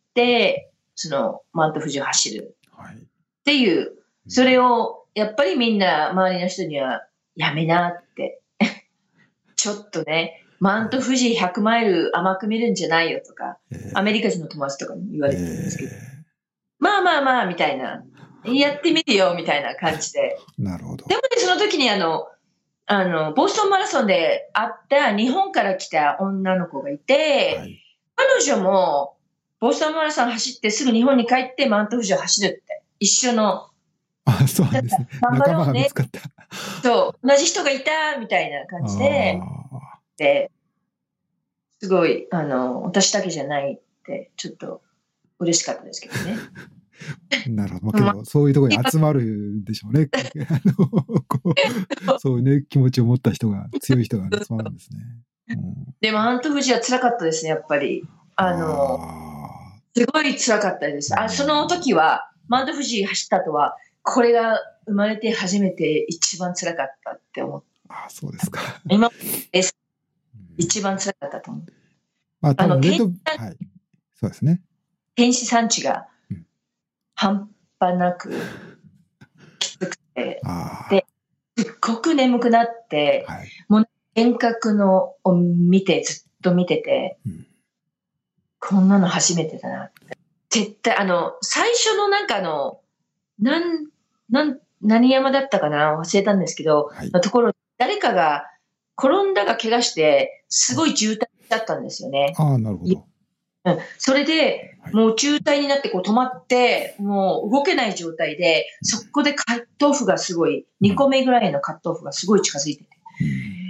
[SPEAKER 2] その、マウント富士を走る。はい。っていう、それを、やっぱりみんな、周りの人には、やめなって。ちょっとね、マウント富士ひゃくマイル甘く見るんじゃないよとか、えー、アメリカ人の友達とかに言われてるんですけど、えー、まあまあまあ、みたいな、やってみるよ、みたいな感じで。
[SPEAKER 1] なるほど。
[SPEAKER 2] でもね、その時にあの、あの、ボストンマラソンで会った日本から来た女の子がいて、はい、彼女も、 ボストンマラソン走ってすぐ日本に帰ってマウント富士を走るって。一緒の。
[SPEAKER 1] あ、そうなんですね。仲間が見つかった。
[SPEAKER 2] そう、同じ人がいたみたいな感じで、で、すごい、あの、私だけじゃないって、ちょっと嬉しかったですけどね。
[SPEAKER 1] なるほど。けど、そういうところに集まるんでしょうね。あのこうそういうね、気持ちを持った人が、強い人が集まるんですね。うん、
[SPEAKER 2] でも、マウント富士は辛かったですね、やっぱり。あの、あすごい辛かったです。あ、その時は、マウント富士走った後は、これが生まれて初めて一番辛かったって思って。
[SPEAKER 1] あ、そうですか。
[SPEAKER 2] 今です。一番辛かったと思う。
[SPEAKER 1] あ, あの、レッド、はい。そうですね。
[SPEAKER 2] 天使産地が半端なくきつくて、で、すっごく眠くなって、はい、もう遠隔のを見て、ずっと見てて、うん、こんなの初めてだなって。絶対、あの、最初のなんかあの、なん、なん、何山だったかな忘れたんですけど、はい、のところ、誰かが転んだが怪我して、すごい渋滞だったんですよね。
[SPEAKER 1] ああ、なるほど。
[SPEAKER 2] うん、それで、もう渋滞になってこう止まって、もう動けない状態で、そこでカットオフがすごい、にこめぐらいのカットオフがすごい近づいてて、うん、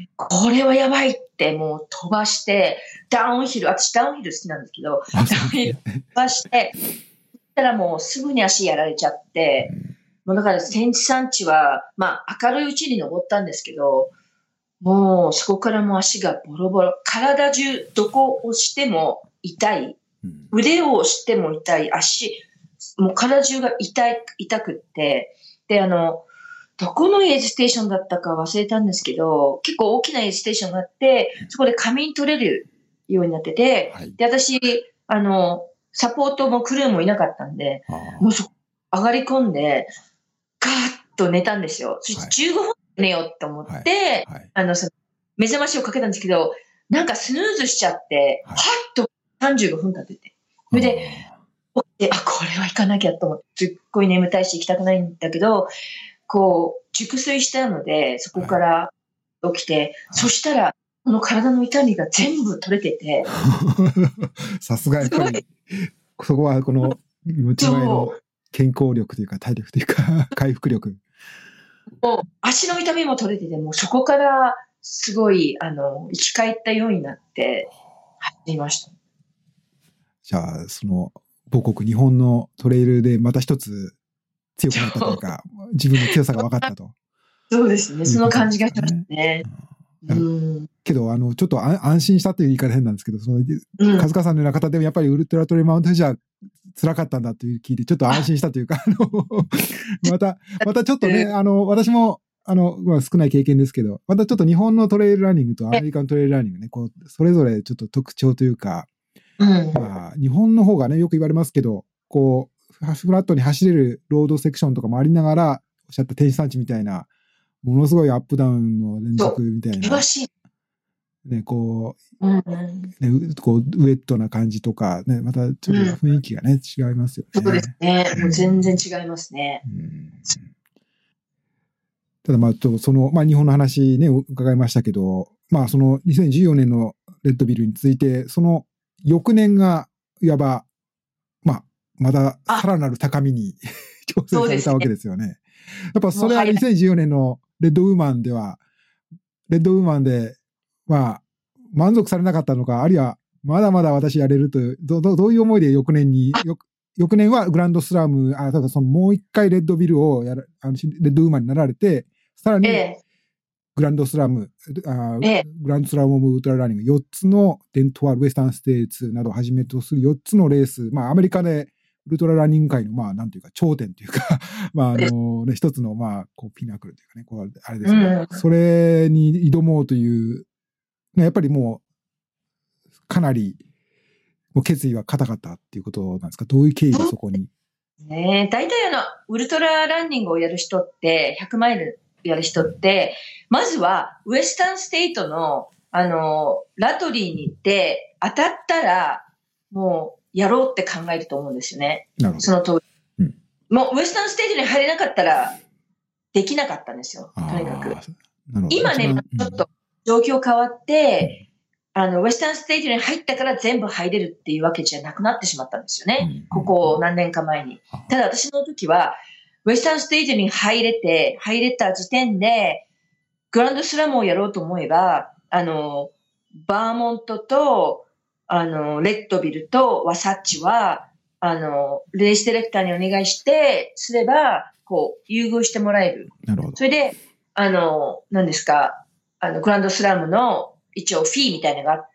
[SPEAKER 2] これはやばいってもう飛ばして、ダウンヒル、私ダウンヒル好きなんですけど、ダウンヒル飛ばして、そしたらもうすぐに足やられちゃって、もうだから天地山地は、まあ明るいうちに登ったんですけど、もうそこからもう足がボロボロ、体中どこを押しても痛い、腕を押しても痛い、足、もう体中が痛い、痛くって、で、あの、どこのエイズステーションだったか忘れたんですけど、結構大きなエイズステーションがあって、そこで仮眠取れるようになってて、はい、で、私、あの、サポートもクルーもいなかったんで、もうそこ上がり込んで、ガーッと寝たんですよ。そしてじゅうごふん寝ようと思って、はいはい、あの、その目覚ましをかけたんですけど、なんかスヌーズしちゃって、はい、はっとさんじゅうごふん経ってて。それで、起きて、あ、これは行かなきゃと思って、すっごい眠たいし行きたくないんだけど、こう、熟睡したので、そこから起きて、はい、そしたら、この体の痛みが全部取れてて。
[SPEAKER 1] さすがやっぱり、そこはこの、持ち前の健康力というか、体力というか、回復力。
[SPEAKER 2] もう、足の痛みも取れてて、もうそこから、すごい、あの、生き返ったようになって、走りました。
[SPEAKER 1] じゃあ、その、母国日本のトレイルでまた一つ強くなったというか、自分の強さが分かったと。
[SPEAKER 2] そうですね。その感じがしますね。
[SPEAKER 1] うん、けど、あの、ちょっと安心したという言い方変なんですけど、その、うん、カズカさんのような方でもやっぱりウルトラトレイルマウント富士は辛かったんだという聞いて、ちょっと安心したというか、あの、また、またちょっとね、あの、私も、あの、まあ、少ない経験ですけど、またちょっと日本のトレイルランニングとアメリカのトレイルランニングね、こう、それぞれちょっと特徴というか、うん、まあ、日本の方がね、よく言われますけど、こう、フラットに走れるロードセクションとかもありながら、おっしゃった天使産地みたいな、ものすごいアップダウンの連続みたいな。ね、こう、うんね、こう、ウェットな感じとか、ね、またちょっと雰囲気がね、うん、違いますよね。
[SPEAKER 2] そうですね。もう全然違いますね。うん、
[SPEAKER 1] ただまあ、その、まあ日本の話ね、伺いましたけど、まあそのにせんじゅうよねんのレッドビルについて、その翌年が、いわば、まあ、まださらなる高みに挑戦されたわけですよね。ねやっぱそれはにせんじゅうよねんのレッドウーマンでは、レッドウーマンで、まあ、満足されなかったのか、あるいは、まだまだ私やれるという、ど、ど、どういう思いで翌年に、よ翌年はグランドスラム、あ、ただそのもう一回レッドビルをやる、あの、レッドウーマンになられて、さらに、グランドスラム、あグランドスラムオブウルトラランニング、よっつの伝統あるウェスタンステーツなどをはじめとするよっつのレース、まあアメリカでウルトラランニング界の、まあなんていうか頂点というか、まああのね、一つのまあ、こうピナクルというかね、こうあれですね、うん、それに挑もうという、やっぱりもう、かなり、もう決意は固かったっていうことなんですか？どういう経緯がそこに？
[SPEAKER 2] ねえ、大体あの、ウルトラランニングをやる人って、ひゃくマイルやる人って、まずはウエスタンステイトの、あの、ラトリーに行って、当たったら、もう、やろうって考えると思うんですよね。
[SPEAKER 1] なるほど。
[SPEAKER 2] その通り。うん、もう、ウエスタンステイトに入れなかったら、できなかったんですよ。とにかく。今ね、ちょっと状況変わって、 あの、ウェスタンステートに入ったから全部入れるっていうわけじゃなくなってしまったんですよね。ここ何年か前に。ただ私の時は、ウェスタンステートに入れて、入れた時点で、グランドスラムをやろうと思えば、あの、バーモントと、あの、レッドビルとワサッチは、あの、レースディレクターにお願いして、すれば、こう、優遇してもらえる。
[SPEAKER 1] なるほど。
[SPEAKER 2] それで、あの、何ですか、あの、グランドスラムの一応フィーみたいなのがあって、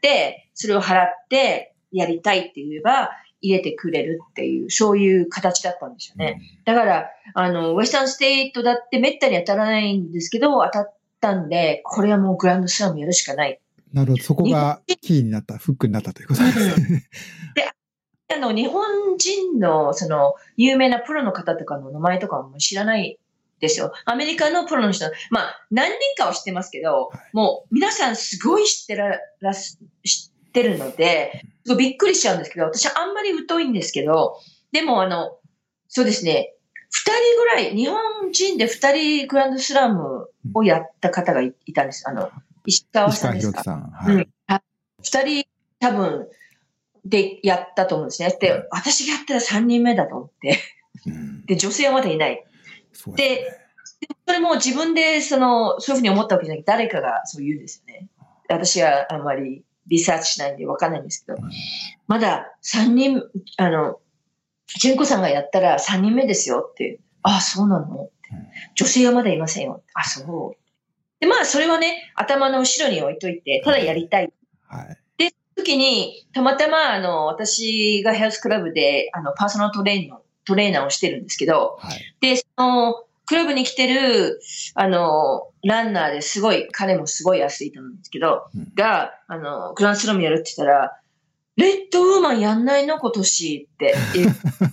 [SPEAKER 2] それを払ってやりたいって言えば、入れてくれるっていう、そういう形だったんですよね。うん、だから、あの、ウェスタンステートだってめったに当たらないんですけど、当たったんで、これはもうグランドスラムやるしかない。
[SPEAKER 1] なるほど。そこがキーになった、フックになったということですね。
[SPEAKER 2] で、あの、日本人の、その、有名なプロの方とかの名前とかも知らないですよ。アメリカのプロの人、まあ、何人かは知ってますけど、はい、もう、皆さんすごい知ってら、らす、知ってるので、すごいびっくりしちゃうんですけど、私はあんまり疎いんですけど、でも、あの、そうですね、二人ぐらい、日本人で二人グランドスラムをやった方が い, いたんです。あの、石川さんですか。
[SPEAKER 1] 石川博樹さん。はい。
[SPEAKER 2] うん、二人、多分、で、やったと思うんですね。で、私がやったら三人目だと思って。で、女性はまだいない。
[SPEAKER 1] そう
[SPEAKER 2] で、でそれも自分で、その、そういうふうに思ったわけじゃなくて、誰かがそう言うんですよね。私はあんまりリサーチしないんでわかんないんですけど、まだ三人、あの、純子さんがやったら三人目ですよって、ああ、そうなの？女性はまだいませんよ。あ、そう。で、まあ、それはね、頭の後ろに置いといて、ただやりたい。
[SPEAKER 1] はい。
[SPEAKER 2] で、時に、たまたま、あの、私がヘルスクラブで、あの、パーソナルトレーナー、トレーナーをしてるんですけど、はい、で、その、クラブに来てる、あの、ランナーですごい、彼もすごいアスリートなんですけど、うん、が、あの、グランスラムやるって言ったら、レッドウーマンやんないの今年って言って、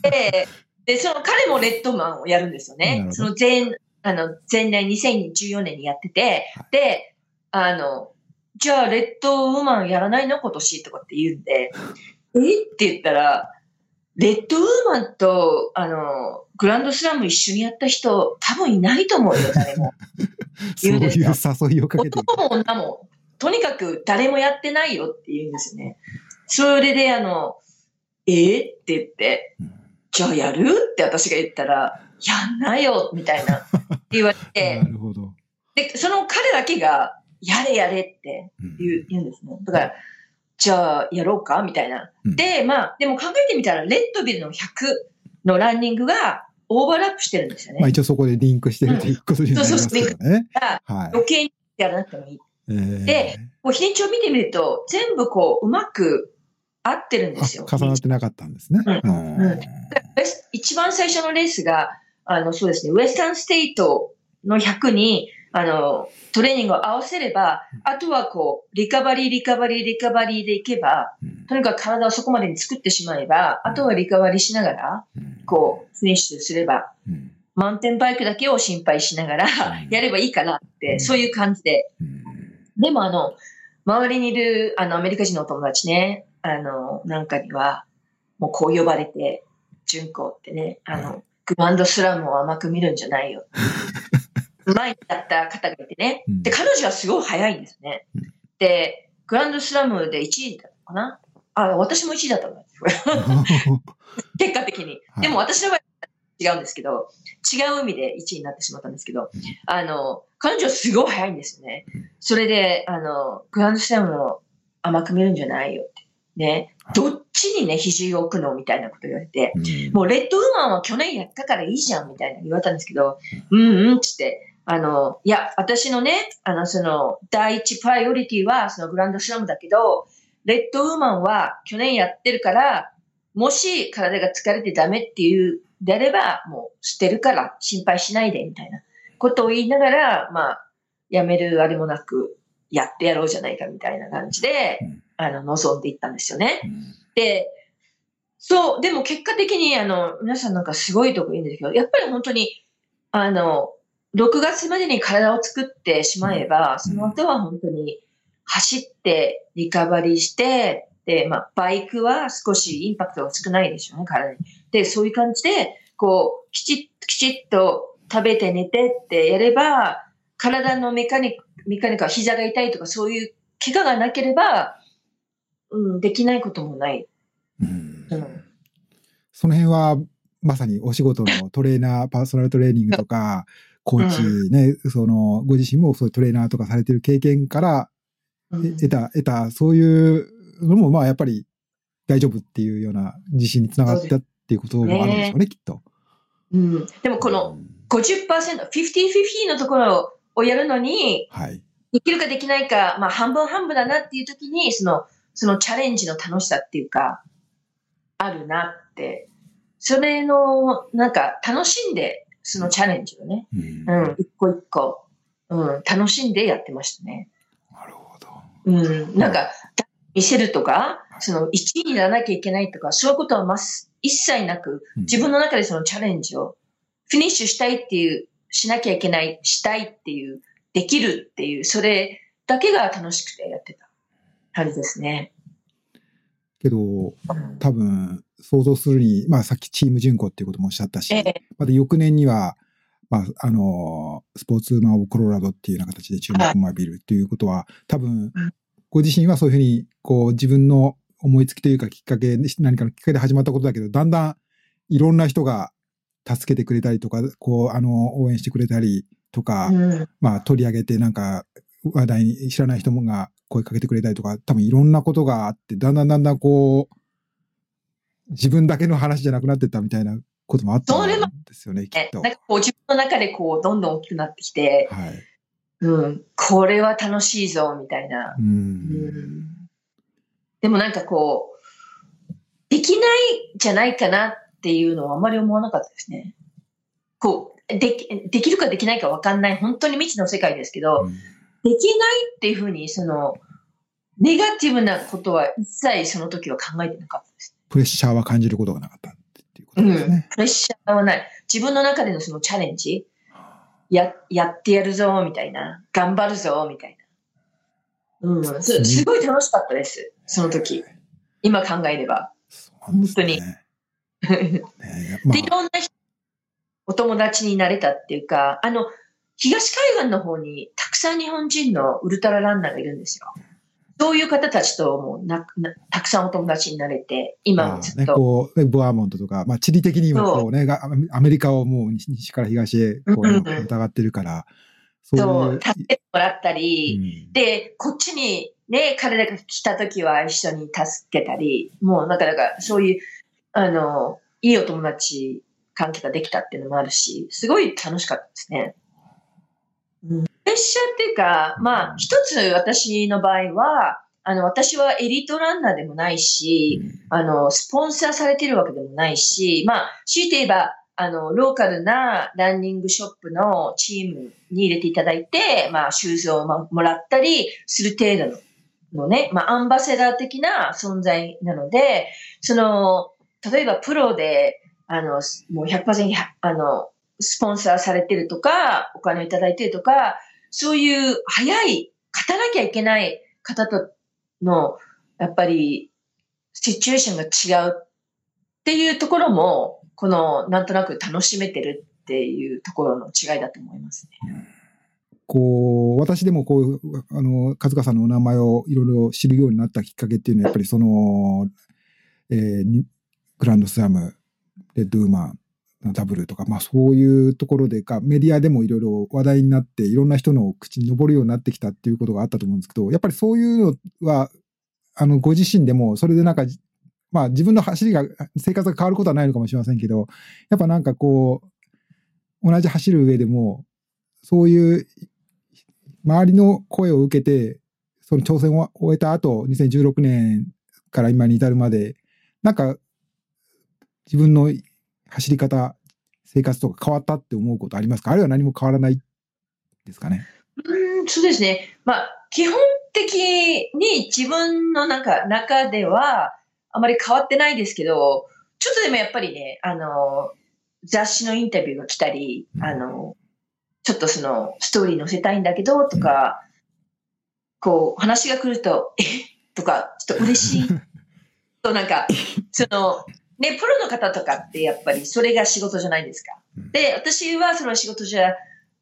[SPEAKER 2] で、その彼もレッドマンをやるんですよね。その前、あの、前年にせんじゅうよねんにやってて、で、あの、じゃあレッドウーマンやらないの今年とかって言うんで、えって言ったら、レッドウーマンと、あの、グランドスラム一緒にやった人、多分いないと思うよ、誰も。
[SPEAKER 1] そういう誘いをかけて。
[SPEAKER 2] 男も女も、とにかく誰もやってないよって言うんですよね。それで、あの、えー、って言って、じゃあやるって私が言ったら、やんなよ、みたいな、って言われて、
[SPEAKER 1] なるほど。
[SPEAKER 2] で、その彼だけが、やれやれって言う、言うんですね。だから、じゃあやろうかみたいな。うん、で、まあ、でも考えてみたら、レッドビルのひゃくのランニングがオーバーラップしてるんですよね。
[SPEAKER 1] まあ一応そこでリンクしてるということになりますからね。そうそう、リンク
[SPEAKER 2] が余計にやらなくてもいい。はい、で、こう日にちを見てみると、全部こう、うまく合ってるんですよ。
[SPEAKER 1] 重なってなかったんですね。
[SPEAKER 2] うんうん、一番最初のレースが、あの、そうですね、ウエスタンステイトのひゃくに、あの、トレーニングを合わせれば、あとはこう、リカバリー、リカバリー、リカバリーでいけば、とにかく体をそこまでに作ってしまえば、あとはリカバリーしながら、こう、フィニッシュすれば、マウンテンバイクだけを心配しながら、やればいいかなって、そういう感じで。でもあの、周りにいる、あの、アメリカ人のお友達ね、あの、なんかには、もうこう呼ばれて、純子ってね、あの、グランドスラムを甘く見るんじゃないよ。前にだった方がいてね。で、彼女はすごい早いんですね。で、グランドスラムでいちいだったかなあ、私もいちいだったんだ。結果的に。でも私の場合は違うんですけど、違う意味でいちいになってしまったんですけど、あの、彼女はすごい早いんですよね。それで、あの、グランドスラムを甘く見るんじゃないよって。ね。どっちにね、比重を置くのみたいなこと言われて、もうレッドウーマンは去年やったからいいじゃんみたいな言われたんですけど、うんうんつって、あの、いや、私のね、あの、その、第一プライオリティは、そのグランドスラムだけど、レッドウーマンは去年やってるから、もし体が疲れてダメっていうであれば、もう捨てるから心配しないで、みたいなことを言いながら、まあ、やめるあれもなく、やってやろうじゃないかみたいな感じで、あの、望んでいったんですよね。で、そう、でも結果的に、あの、皆さんなんかすごいとこ言うんですけど、やっぱり本当に、あの、ろくがつまでに体を作ってしまえば、その後は本当に走ってリカバリーして、で、まあ、バイクは少しインパクトが少ないでしょうね、体に。で、そういう感じで、こう、きちっと、きちっと食べて寝てってやれば、体のメカニック、メカニックは膝が痛いとかそういう怪我がなければ、 うん、できないこともない。
[SPEAKER 1] うん、うん、その辺は、まさにお仕事のトレーナー、パーソナルトレーニングとか、コーチね、うん、その、ご自身もそういうトレーナーとかされてる経験から、得た、得た、そういうのも、まあ、やっぱり大丈夫っていうような自信につながったっていうこともあるんでしょうね、きっと。
[SPEAKER 2] うん。でも、この ごじゅっパーセント、ごじゅうごじゅうのところをやるのに、はい。できるかできないか、まあ、半分半分だなっていう時に、その、そのチャレンジの楽しさっていうか、あるなって。それの、なんか、楽しんで、そのチャレンジをね、うん、うん、一個一個、うん、楽しんでやってましたね。
[SPEAKER 1] なるほど。
[SPEAKER 2] うん、なんか、見せるとか、そのいちいにならなきゃいけないとか、そういうことはます一切なく、自分の中でそのチャレンジを、フィニッシュしたいっていう、しなきゃいけない、したいっていう、できるっていう、それだけが楽しくてやってた感じですね。
[SPEAKER 1] けど、多分、想像するに、まあさっきチーム巡行っていうこともおっしゃったし、ええ、また翌年には、まあ、あの、スポーツウーマンオブコロラドっていうような形で注目を浴びるということは、多分、ご自身はそういうふうに、こう、自分の思いつきというかきっかけ、何かのきっかけで始まったことだけど、だんだんいろんな人が助けてくれたりとか、こう、あの、応援してくれたりとか、うん、まあ、取り上げてなんか、話題に知らない人もが声かけてくれたりとか、多分いろんなことがあって、だんだんだんだんこう、自分だけの話じゃなくなってったみたいなこともあったんですよね、きっと。
[SPEAKER 2] なんかこう自分の中でこう、どんどん大きくなってきて、はい。うん、これは楽しいぞ、みたいな。うん、うん。でもなんかこう、できないじゃないかなっていうのはあまり思わなかったですね。こう、でき、できるかできないか分かんない、本当に未知の世界ですけど、うん、できないっていうふうに、その、ネガティブなことは一切その時は考えてなかったです。
[SPEAKER 1] プレッシャーは感じることがなかったっていうことですね。
[SPEAKER 2] うん、プレッシャーはない。自分の中でのそのチャレンジ、や、やってやるぞ、みたいな。頑張るぞ、みたいな。うん。す, すごい楽しかったです。その時。今考えれば。本当に。ねまあ、で、いろんな人、お友達になれたっていうか、あの、東海岸の方にたくさん日本人のウルトラランナーがいるんですよ。そういう方たちともななたくさんお友達になれて、今もずっと。ね、
[SPEAKER 1] こう、ね、ボアーモントとか、まあ地理的にもこうね、アメリカをもう西から東へこう、またがってるから、
[SPEAKER 2] そう、助けてもらったり、うん、で、こっちにね、彼らが来た時は一緒に助けたり、もうなかなかそういう、あの、いいお友達関係ができたっていうのもあるし、すごい楽しかったですね。うん、プレッシャーっていうか、まあ、一つ私の場合は、あの、私はエリートランナーでもないし、あの、スポンサーされてるわけでもないし、まあ、強いて言えば、あの、ローカルなランニングショップのチームに入れていただいて、まあ、シューズをもらったりする程度のね、まあ、アンバサダー的な存在なので、その、例えばプロで、あの、もう ひゃくパーセント、あの、スポンサーされてるとか、お金をいただいてるとか、そういう早い、勝たなきゃいけない方との、やっぱり、シチュエーションが違うっていうところも、この、なんとなく楽しめてるっていうところの違いだと思いますね。
[SPEAKER 1] こう、私でもこう、あの、和香さんのお名前をいろいろ知るようになったきっかけっていうのは、やっぱりその、えー、グランドスラム、レッドウーマン、ダブルとか、まあそういうところでか、メディアでもいろいろ話題になって、いろんな人の口に上るようになってきたっていうことがあったと思うんですけど、やっぱりそういうのは、あの、ご自身でも、それでなんか、まあ自分の走りが、生活が変わることはないのかもしれませんけど、やっぱなんかこう、同じ走る上でも、そういう周りの声を受けて、その挑戦を終えた後、にせんじゅうろくねんから今に至るまで、なんか自分の走り方、生活とか変わったって思うことありますか？あるいは何も変わらないですかね？
[SPEAKER 2] うん、そうですね。まあ、基本的に自分の中、中ではあまり変わってないですけど、ちょっとでもやっぱりね、あの、雑誌のインタビューが来たり、うん、あの、ちょっとそのストーリー載せたいんだけど、とか、うん、こう、話が来ると、えとか、ちょっと嬉しい。となんか、その、ね、プロの方とかってやっぱりそれが仕事じゃないですか。で、私はその仕事じゃ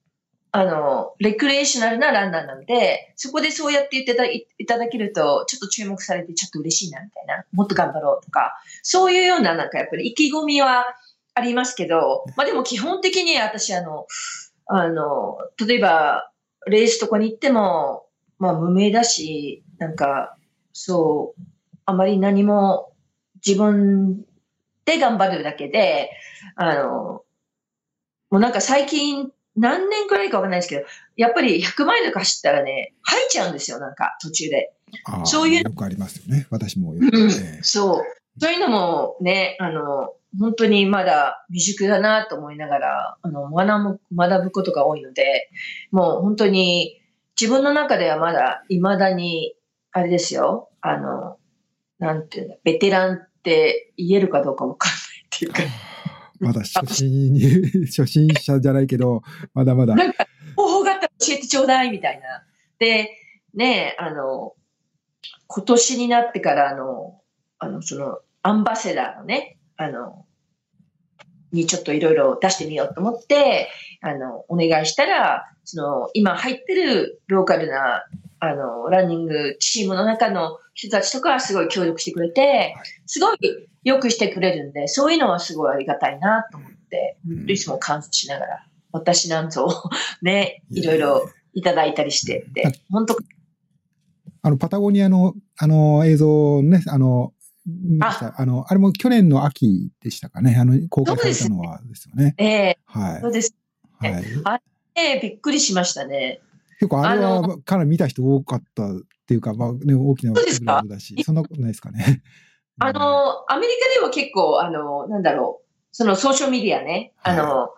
[SPEAKER 2] あの、レクレーショナルなランナーなので、そこでそうやって言ってたいただけると、ちょっと注目されてちょっと嬉しいな、みたいな。もっと頑張ろうとか、そういうようななんかやっぱり意気込みはありますけど、まあでも基本的に私あの、あの、例えば、レースとかに行っても、まあ無名だし、なんか、そう、あまり何も自分で頑張るだけで、あの、もうなんか最近、何年くらいかわかんないですけど、やっぱりひゃくマイルとか走ったらね、吐いちゃうんですよ、なんか途中で。
[SPEAKER 1] あ
[SPEAKER 2] そういう。
[SPEAKER 1] よくありますよね。私もよく、
[SPEAKER 2] うん
[SPEAKER 1] ね。
[SPEAKER 2] そう。そういうのもね、あの、本当にまだ未熟だなと思いながら、あの、学ぶ、学ぶことが多いので、もう本当に自分の中ではまだ未だに、あれですよ、あの、なんていうんだ、ベテランって言えるかどうかわかんないっていうか。
[SPEAKER 1] まだ初心に、初心者じゃないけど、まだまだ。
[SPEAKER 2] なんか、方法があったら教えてちょうだいみたいな。で、ね、あの、今年になってからあの、あの、その、アンバセダーのね、あの、にちょっといろいろ出してみようと思って、あの、お願いしたら、その、今入ってるローカルな、あの、ランニングチームの中の人たちとかはすごい協力してくれて、すごいよくしてくれるんで、そういうのはすごいありがたいなと思って、いつも感謝しながら、私なんぞね、いろいろいただいたりしてって、本当
[SPEAKER 1] あの、パタゴニアの、あの、映像ね、あの、ああの、あれも去年の秋でしたかね。あの、公開されたのはですよね。
[SPEAKER 2] ええ
[SPEAKER 1] はい。
[SPEAKER 2] そうです、ね。はい。あれ、びっくりしましたね。
[SPEAKER 1] 結構あれはかなり見た人多かったっていうか、まあね、大きな
[SPEAKER 2] そうですか
[SPEAKER 1] だし、そんなことないですかね。
[SPEAKER 2] あの、アメリカでは結構、あの、なんだろう、そのソーシャルメディアね、あの、はい、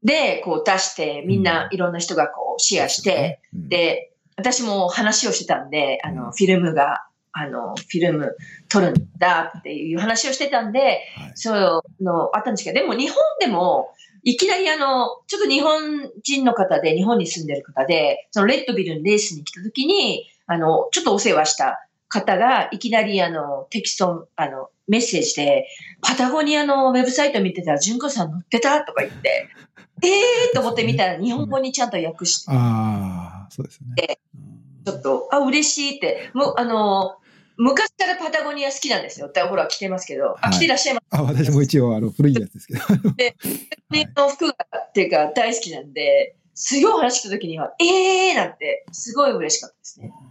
[SPEAKER 2] で、こう出して、みんないろんな人がこうシェアして、うん、で、私も話をしてたんで、あの、うん、フィルムが、あの、フィルム撮るんだっていう話をしてたんで、はい、そうの、あったんですけど、でも日本でも、いきなりあの、ちょっと日本人の方で、日本に住んでる方で、そのレッドビルのレースに来た時に、あの、ちょっとお世話した方が、いきなりあの、テキスト、あの、メッセージで、パタゴニアのウェブサイト見てたら、純子さん載ってたとか言って、えーと思ってみたら、日本語にちゃんと訳して。
[SPEAKER 1] ああ、そうですね。
[SPEAKER 2] ちょっと、あ、嬉しいって、もう、あの、昔からパタゴニア好きなんですよ。ほら、着てますけど。あ、着てらっしゃいます。
[SPEAKER 1] あ、私も一応、あの、古いやつですけど。
[SPEAKER 2] で、の服が、っていうか、大好きなんで、すごい話した時には、えーなんて、すごい嬉しかったですね。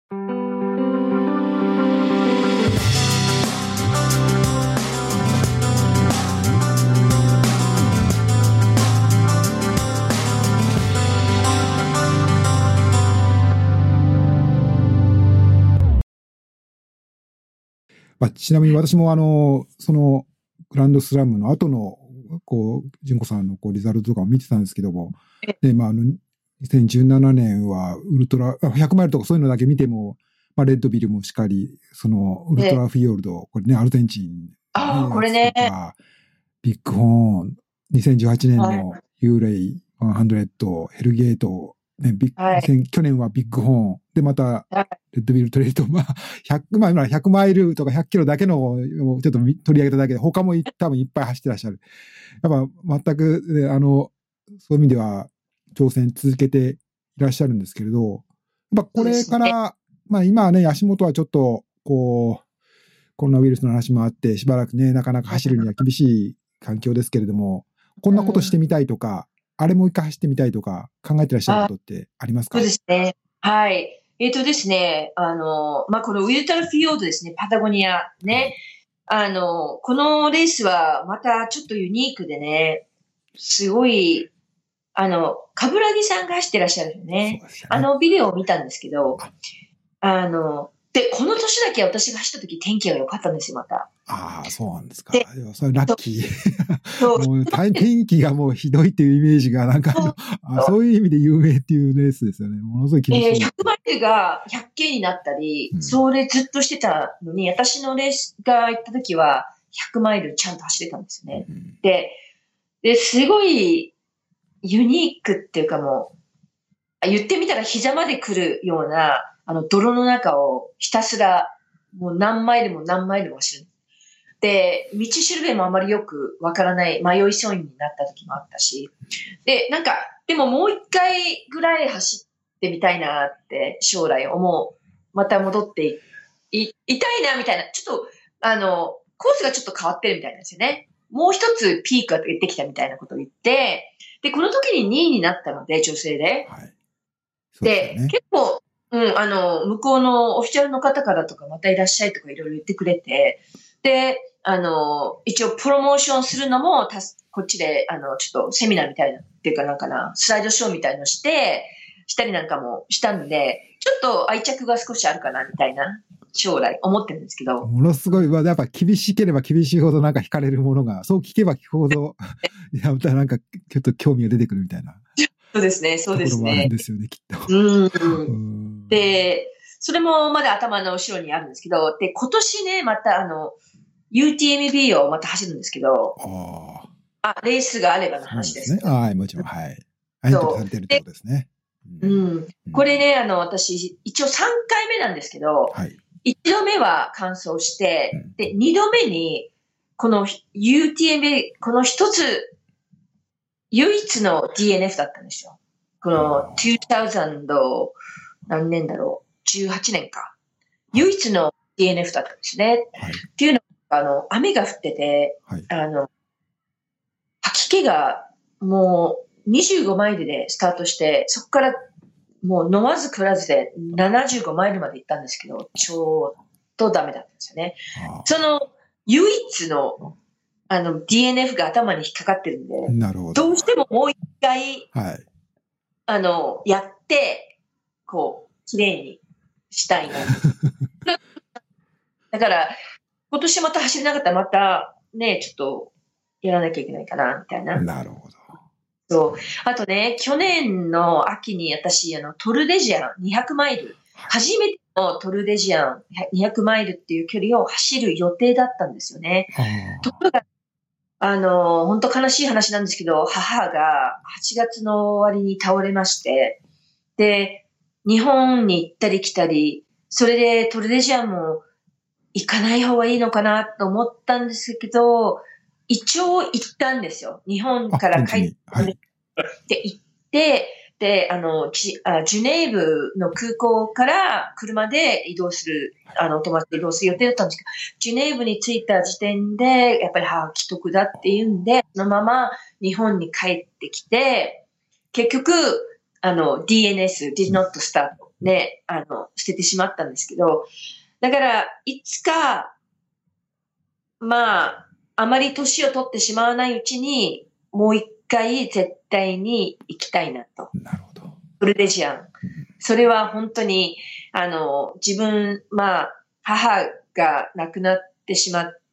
[SPEAKER 1] まあ、ちなみに私もあの、その、グランドスラムの後の、こう、純子さんのこうリザルトとかを見てたんですけども、で、まあ、あの、にせんじゅうななねんはウルトラ、ひゃくマイルとかそういうのだけ見ても、まあ、レッドビルもしっかり、その、ウルトラフィヨルド、これね、アルゼンチン、ね。
[SPEAKER 2] ああ、これね。
[SPEAKER 1] ビッグホーン、にせんじゅうはちねんのユーレイひゃく、ヘルゲート、ね、ビッグ、はい、去年はビッグホーン。で、また、レッドビルトレイト、まあ、ひゃく、まあ、ひゃくマイルとかひゃっキロだけの、ちょっと取り上げただけで、他も多分いっぱい走ってらっしゃる。やっぱ、全く、ね、あの、そういう意味では、挑戦続けていらっしゃるんですけれど、やっぱこれから、まあ今はね、足元はちょっと、こう、コロナウイルスの話もあって、しばらくね、なかなか走るには厳しい環境ですけれども、こんなことしてみたいとか、あれもう一回走ってみたいとか、考えてらっしゃることってありますか？
[SPEAKER 2] そうですね。はい。えっとですね、あの、まあ、このウィルタルフィヨードですね、パタゴニアね。あの、このレースはまたちょっとユニークでね、すごい、あの、かぶらぎさんが走ってらっしゃるよね。ねあのビデオを見たんですけど、あの、で、この年だけ私が走った時天気が良かったんですよ、また。
[SPEAKER 1] ああ、そうなんですか。それラッキー。もう天気がもうひどいっていうイメージがなんかそうあ、そういう意味で有名っていうレースですよね。ものすごい厳しい。
[SPEAKER 2] えー、ひゃくマイルがひゃっケーになったり、うん、それずっとしてたのに、私のレースが行った時はひゃくマイルちゃんと走れたんですよね。うん、で、で、すごいユニークっていうかもう、言ってみたら膝まで来るような、あの泥の中をひたすらもう何マイルも何マイルも走る。 で、道しるべもあまりよくわからない、迷いそうになった時もあったし、で、なんか、でももう一回ぐらい走ってみたいなって将来思う。また戻ってい、い、いたいなみたいな。ちょっと、あの、コースがちょっと変わってるみたいなんですよね。もう一つピークが出てきたみたいなことを言って、で、この時ににいになったので、女性で。はい。そうですね。で、結構、うん、あの、向こうのオフィシャルの方からとかまたいらっしゃいとかいろいろ言ってくれて、で、あの、一応プロモーションするのもたす、こっちで、あの、ちょっとセミナーみたいな、っていうかなんかな、スライドショーみたいのして、したりなんかもしたんで、ちょっと愛着が少しあるかな、みたいな、将来思ってるんですけど。
[SPEAKER 1] ものすごい、まあ、やっぱ厳しければ厳しいほどなんか惹かれるものが、そう聞けば聞くほど、やったらなんかちょっと興味が出てくるみたいな。
[SPEAKER 2] そうですね、そうですね。ところもあるん
[SPEAKER 1] ですよね、きっと。
[SPEAKER 2] うん。で、それもまだ頭の後ろにあるんですけど、で、今年ね、またあの、ユーティーエムビー をまた走るんですけど、ああ、レースがあればの話です。
[SPEAKER 1] そうですね。はい、もちろん、はい。アイドルされてるってことですね。
[SPEAKER 2] うん。これね、あの、私、一応さんかいめなんですけど、はい、いちどめは完走して、うん、で、にどめに、この ユーティーエムビー、この一つ、唯一の ディーエヌエフ だったんですよ。このにせん何年だろう、じゅうはちねんか。唯一の ディーエヌエフ だったんですね。はい、っていうのは、あの、雨が降ってて、はい、あの、吐き気がもうにじゅうごマイルでスタートして、そこからもう飲まず食らずでななじゅうごマイルまで行ったんですけど、ちょっとダメだったんですよね。その唯一のあの ディーエヌエフ が頭に引っかかってるんで、なるほど。どうしてももう一回、はい、あの、やって、こう、綺麗にしたいな。だから、今年また走れなかったらまたね、ちょっとやらなきゃいけないかな、みたいな。
[SPEAKER 1] なるほど。
[SPEAKER 2] そう。あとね、去年の秋に私、あの、トルデジアンにひゃくマイル、初めてのトルデジアンにひゃくマイルっていう距離を走る予定だったんですよね。ところが、あの、本当悲しい話なんですけど、母がはちがつの終わりに倒れまして、で、日本に行ったり来たり、それでトルデジアンも行かない方がいいのかなと思ったんですけど、一応行ったんですよ。日本から帰って、はい、で行って、で、あの、ジュネーブの空港から車で移動する、あの、友達で移動する予定だったんですけど、ジュネーブに着いた時点で、やっぱり母既得だっていうんで、そのまま日本に帰ってきて、結局、あの、ディーエヌエス、did not start で、あの、捨ててしまったんですけど、だから、いつか、まあ、あまり年を取ってしまわないうちに、もう一回絶対に行きたいなと。
[SPEAKER 1] なるほど。
[SPEAKER 2] トルデジアン。それは本当に、あの、自分、まあ、母が亡くなってしまって、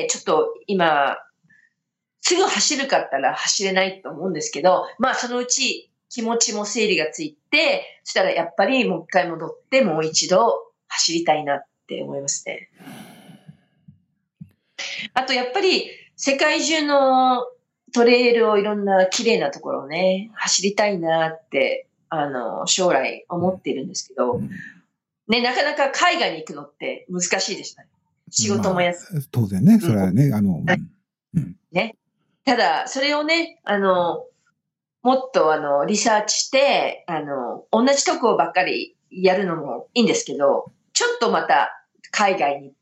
[SPEAKER 2] ちょっと今、すぐ走るかったら走れないと思うんですけど、まあそのうち気持ちも整理がついて、そしたらやっぱりもう一回戻ってもう一度走りたいなって思いますね。あとやっぱり世界中のトレイルをいろんな綺麗なところをね、走りたいなって、あの、将来思っているんですけど、ね、なかなか海外に行くのって難しいですね。仕事もやす、
[SPEAKER 1] まあ、当然ね、それはね、うん、あの、
[SPEAKER 2] うん、ね。ただ、それをね、あの、もっとあの、リサーチして、あの、同じとこばっかりやるのもいいんですけど、ちょっとまた海外に行って、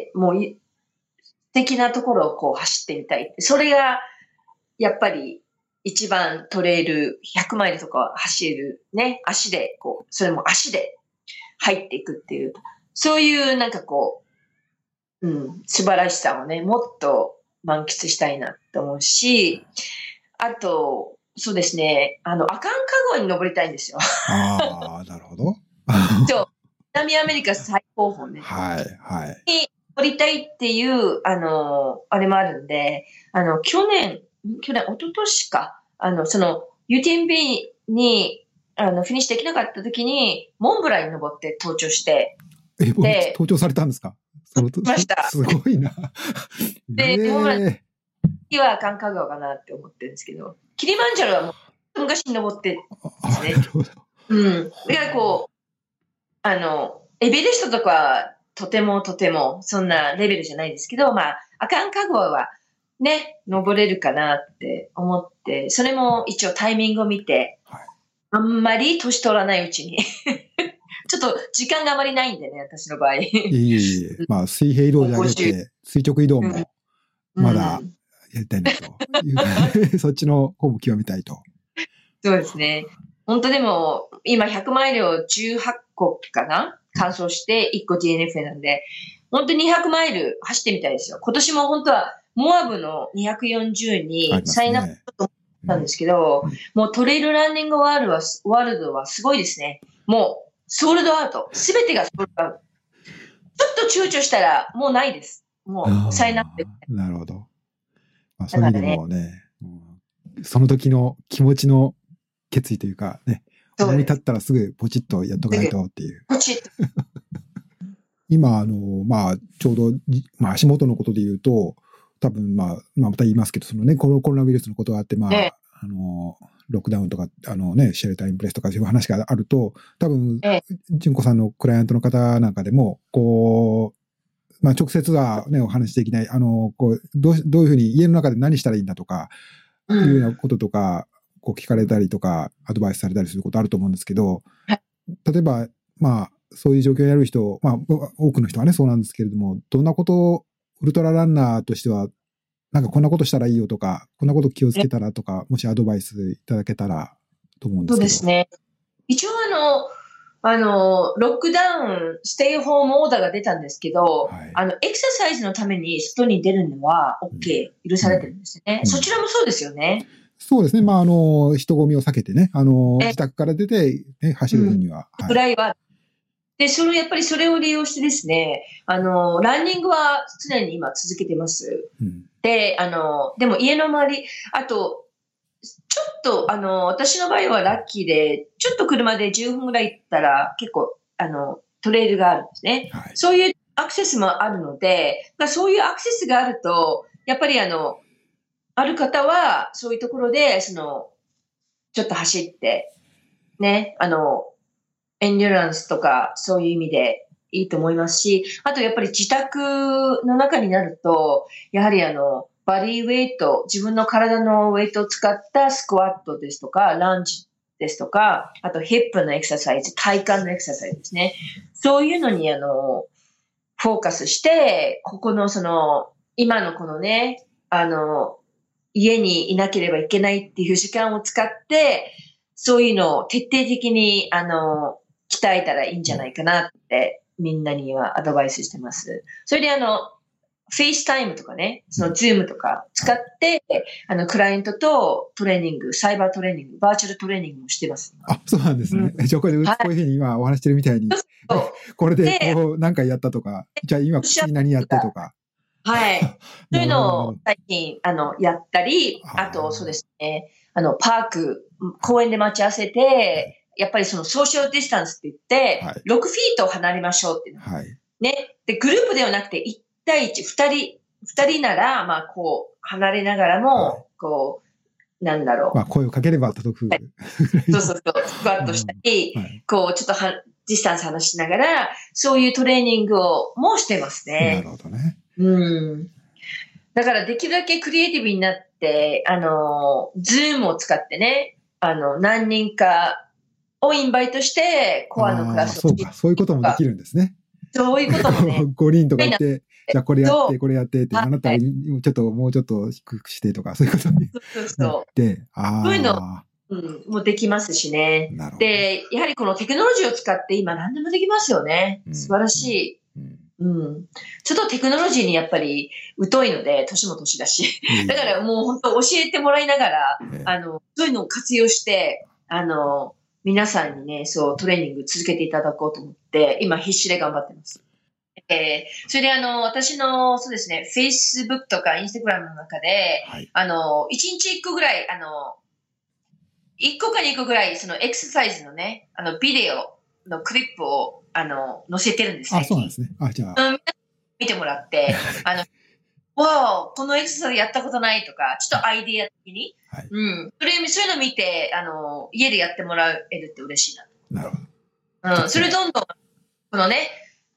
[SPEAKER 2] もう素敵なところをこう走ってみたい。それが、やっぱり一番トレイルひゃくマイルとか走れるね、足で、こう、それも足で入っていくっていう、そういうなんかこう、うん、素晴らしさをね、もっと満喫したいなと思うし、あと、そうですね、あの、アカンカ号に登りたいんですよ。
[SPEAKER 1] ああ、なるほど。
[SPEAKER 2] そう、南アメリカ最高峰ね。
[SPEAKER 1] はい、はい。
[SPEAKER 2] に登りたいっていう、あの、あれもあるんで、あの、去年、去年、一昨年か、あの、その、ユーティーエムビー に、あの、フィニッシュできなかった時に、モンブランに登って登頂して、
[SPEAKER 1] え、登頂されたんですか？
[SPEAKER 2] しました。
[SPEAKER 1] すごいな。
[SPEAKER 2] で、モンブラン、次はアカンカ号かなって思ってるんですけど、キリマンジャロはもう、昔に登ってですね。うん。だからこう、あの、エベレストとかは、とてもとても、そんなレベルじゃないですけど、まあ、 アカンカゴはね、登れるかなって思って、それも一応タイミングを見て、はい、あんまり年取らないうちに。ちょっと時間があまりないんでね、私の場合。い
[SPEAKER 1] えいえ。まあ、水平移動じゃなくて、垂直移動もまだやりたいなという、そっちの方も極めたいと。
[SPEAKER 2] そうですね。本当でも、今ひゃくマイルをじゅうはっこかな完走していっこ ディーエヌエフ なんで、本当ににひゃくマイル走ってみたいですよ。今年も本当はモアブのにひゃくよんじゅうにサインアップしようと思ったんですけど、ねうん、もうトレイルランニングワールドは、ワールドはすごいですね。もうソールドアウト。すべてがソールドアウト。ちょっと躊躇したらもうないです。もうサインアップ。
[SPEAKER 1] なるほど。まあ、そういう意味でもね、ねその時の気持ちの決意というかね、思い立ったらすぐポチッとやっとかないとっていう。
[SPEAKER 2] ポチッと。
[SPEAKER 1] 今、あの、まあ、ちょうど、まあ、足元のことで言うと、多分、まあ、まあ、また言いますけど、そのね、コロナウイルスのことがあって、まあ、ね、あの、ロックダウンとか、あのね、シェルターインプレスとかそういう話があると、多分、純子さんのクライアントの方なんかでも、こう、まあ、直接はね、お話できない、あの、こう、どう、どういうふうに家の中で何したらいいんだとか、いうようなこととか、こう聞かれたりとか、アドバイスされたりすることあると思うんですけど、例えば、まあ、そういう状況にある人、まあ、多くの人はね、そうなんですけれども、どんなことを、ウルトラランナーとしては、なんかこんなことしたらいいよとか、こんなこと気をつけたらとか、もしアドバイスいただけたらと思うんですけど。
[SPEAKER 2] そうですね。一応あの、あの、ロックダウン、ステイホームオーダーが出たんですけど、はい、あの、エクササイズのために外に出るのは OK、うん、許されてるんですね、うん。そちらもそうですよね。
[SPEAKER 1] そうですね。まあ、あの、人混みを避けてね、あの、自宅から出て、ね、走る分には。
[SPEAKER 2] ぐらいは。で、それ、やっぱりそれを利用してですね、あの、ランニングは常に今続けてます。うん、で、あの、でも家の周り、あと、ちょっと、あの、私の場合はラッキーで、ちょっと車でじゅっぷんぐらい行ったら結構、あの、トレイルがあるんですね。はい、そういうアクセスもあるので、そういうアクセスがあると、やっぱりあの、ある方は、そういうところで、その、ちょっと走って、ね、あの、エンデュランスとか、そういう意味でいいと思いますし、あとやっぱり自宅の中になると、やはりあの、バディウェイト、自分の体のウェイトを使ったスクワットですとか、ランジですとか、あとヒップのエクササイズ、体幹のエクササイズですね。そういうのにあの、フォーカスして、ここのその、今のこのね、あの、家にいなければいけないっていう時間を使って、そういうのを徹底的に、あの、鍛えたらいいんじゃないかなって、みんなにはアドバイスしてます。それであの、フェイスタイムとかね、そのズームとか使って、あの、クライアントとトレーニング、サイバートレーニング、バーチャルトレーニングもしてます。
[SPEAKER 1] あ、そうなんですね。うん、じゃあこれで、こういうふうに今お話してるみたいに、これでこう何回やったとか、じゃあ今次何やってとか。
[SPEAKER 2] はい。そういうのを最近、あの、やったり、あと、そうですね、あの、パーク、公園で待ち合わせて、やっぱりそのソーシャルディスタンスって言って、はい、ろくフィート離れましょうっていうの。はい。ね。で、グループではなくていち対いち、ふたり、二人なら、まあ、こう、離れながらも、はい、こう、なんだろう。
[SPEAKER 1] まあ、声をかければ届く。はい、
[SPEAKER 2] そうそうそう。スクワットしたり、はい、こう、ちょっとは、ディスタンス離しながら、そういうトレーニングをもしてますね。
[SPEAKER 1] なるほどね。
[SPEAKER 2] うん。だからできるだけクリエイティブになって、あの、ズームを使ってね、あの、何人かをインバイトして、コアのクラスを
[SPEAKER 1] そうか、そういうこともできるんですね。
[SPEAKER 2] そういうこともね。
[SPEAKER 1] ごにんとかいて、じゃあこれやって、これやってって、あなたはちょっと、もうちょっと低くしてとか、そういうことに。
[SPEAKER 2] そうそう。
[SPEAKER 1] で、ああ。
[SPEAKER 2] そういうの、うん、もうできますしね。で、やはりこのテクノロジーを使って今何でもできますよね。素晴らしい。うんうん。ちょっとテクノロジーにやっぱり疎いので、年も年だし。だからもう本当教えてもらいながら、あの、そういうのを活用して、あの、皆さんにね、そうトレーニング続けていただこうと思って、今必死で頑張ってます。えー、それであの、私の、そうですね、Facebook とか Instagram の中で、はい、あの、いちにちいっこぐらい、あの、いっこかにこぐらい、そのエクササイズのね、あの、ビデオのクリップを、あの、載せてるんですね。
[SPEAKER 1] あ、そうなんですね。あ、じゃあ。
[SPEAKER 2] うん、見てもらって、あの、わお、このエクササイズやったことないとか、ちょっとアイディア的に、はい、うん。それ、そういうの見て、あの、家でやってもらえるって嬉しいな。
[SPEAKER 1] なるほど。
[SPEAKER 2] うん、それどんどん、このね、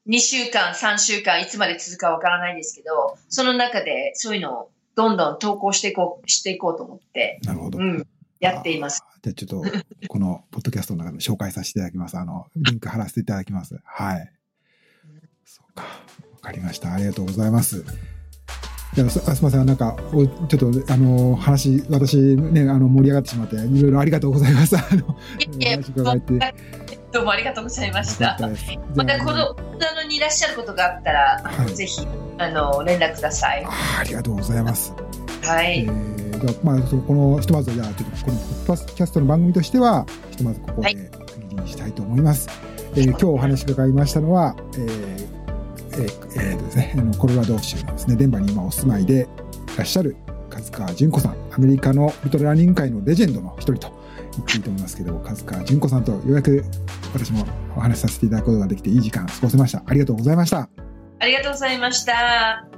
[SPEAKER 2] にしゅうかん、さんしゅうかん、いつまで続くかわからないですけど、その中でそういうのをどんどん投稿していこう、していこうと思って、
[SPEAKER 1] なるほど。
[SPEAKER 2] うん、やっています。
[SPEAKER 1] じゃあちょっと、このポッドキャストの中で紹介させていただきます。あの、リンク貼らせていただきます。はい。そうか。わかりました。ありがとうございます。じゃあ、すみません。なんか、ちょっと、あの、話、私、ね、あの、盛り上がってしまって、いろいろありがとうございます。あの、
[SPEAKER 2] いえいえ、どうもありがとうございました。また、この、あの、にいらっしゃることがあったら、はい、ぜひ、あの、連絡ください。
[SPEAKER 1] あ、ありがとうございます。
[SPEAKER 2] はい。
[SPEAKER 1] えー、じゃあ、まあ、この、ひとまず、じゃあ、ちょっと、この、ポッドキャストの番組としては、ひとまずここで区切りにしたいと思います。はい、えー、今日お話伺いましたのは、えー、えーえーですね、コロラド州のですね、デンバーに今お住まいでいらっしゃる勝川純子さん、アメリカのウルトラランニング界のレジェンドの一人と言っていいと思いますけど、勝川純子さんとようやく私もお話しさせていただくことができていい時間過ごせました。ありがとうございました。
[SPEAKER 2] ありがとうございました。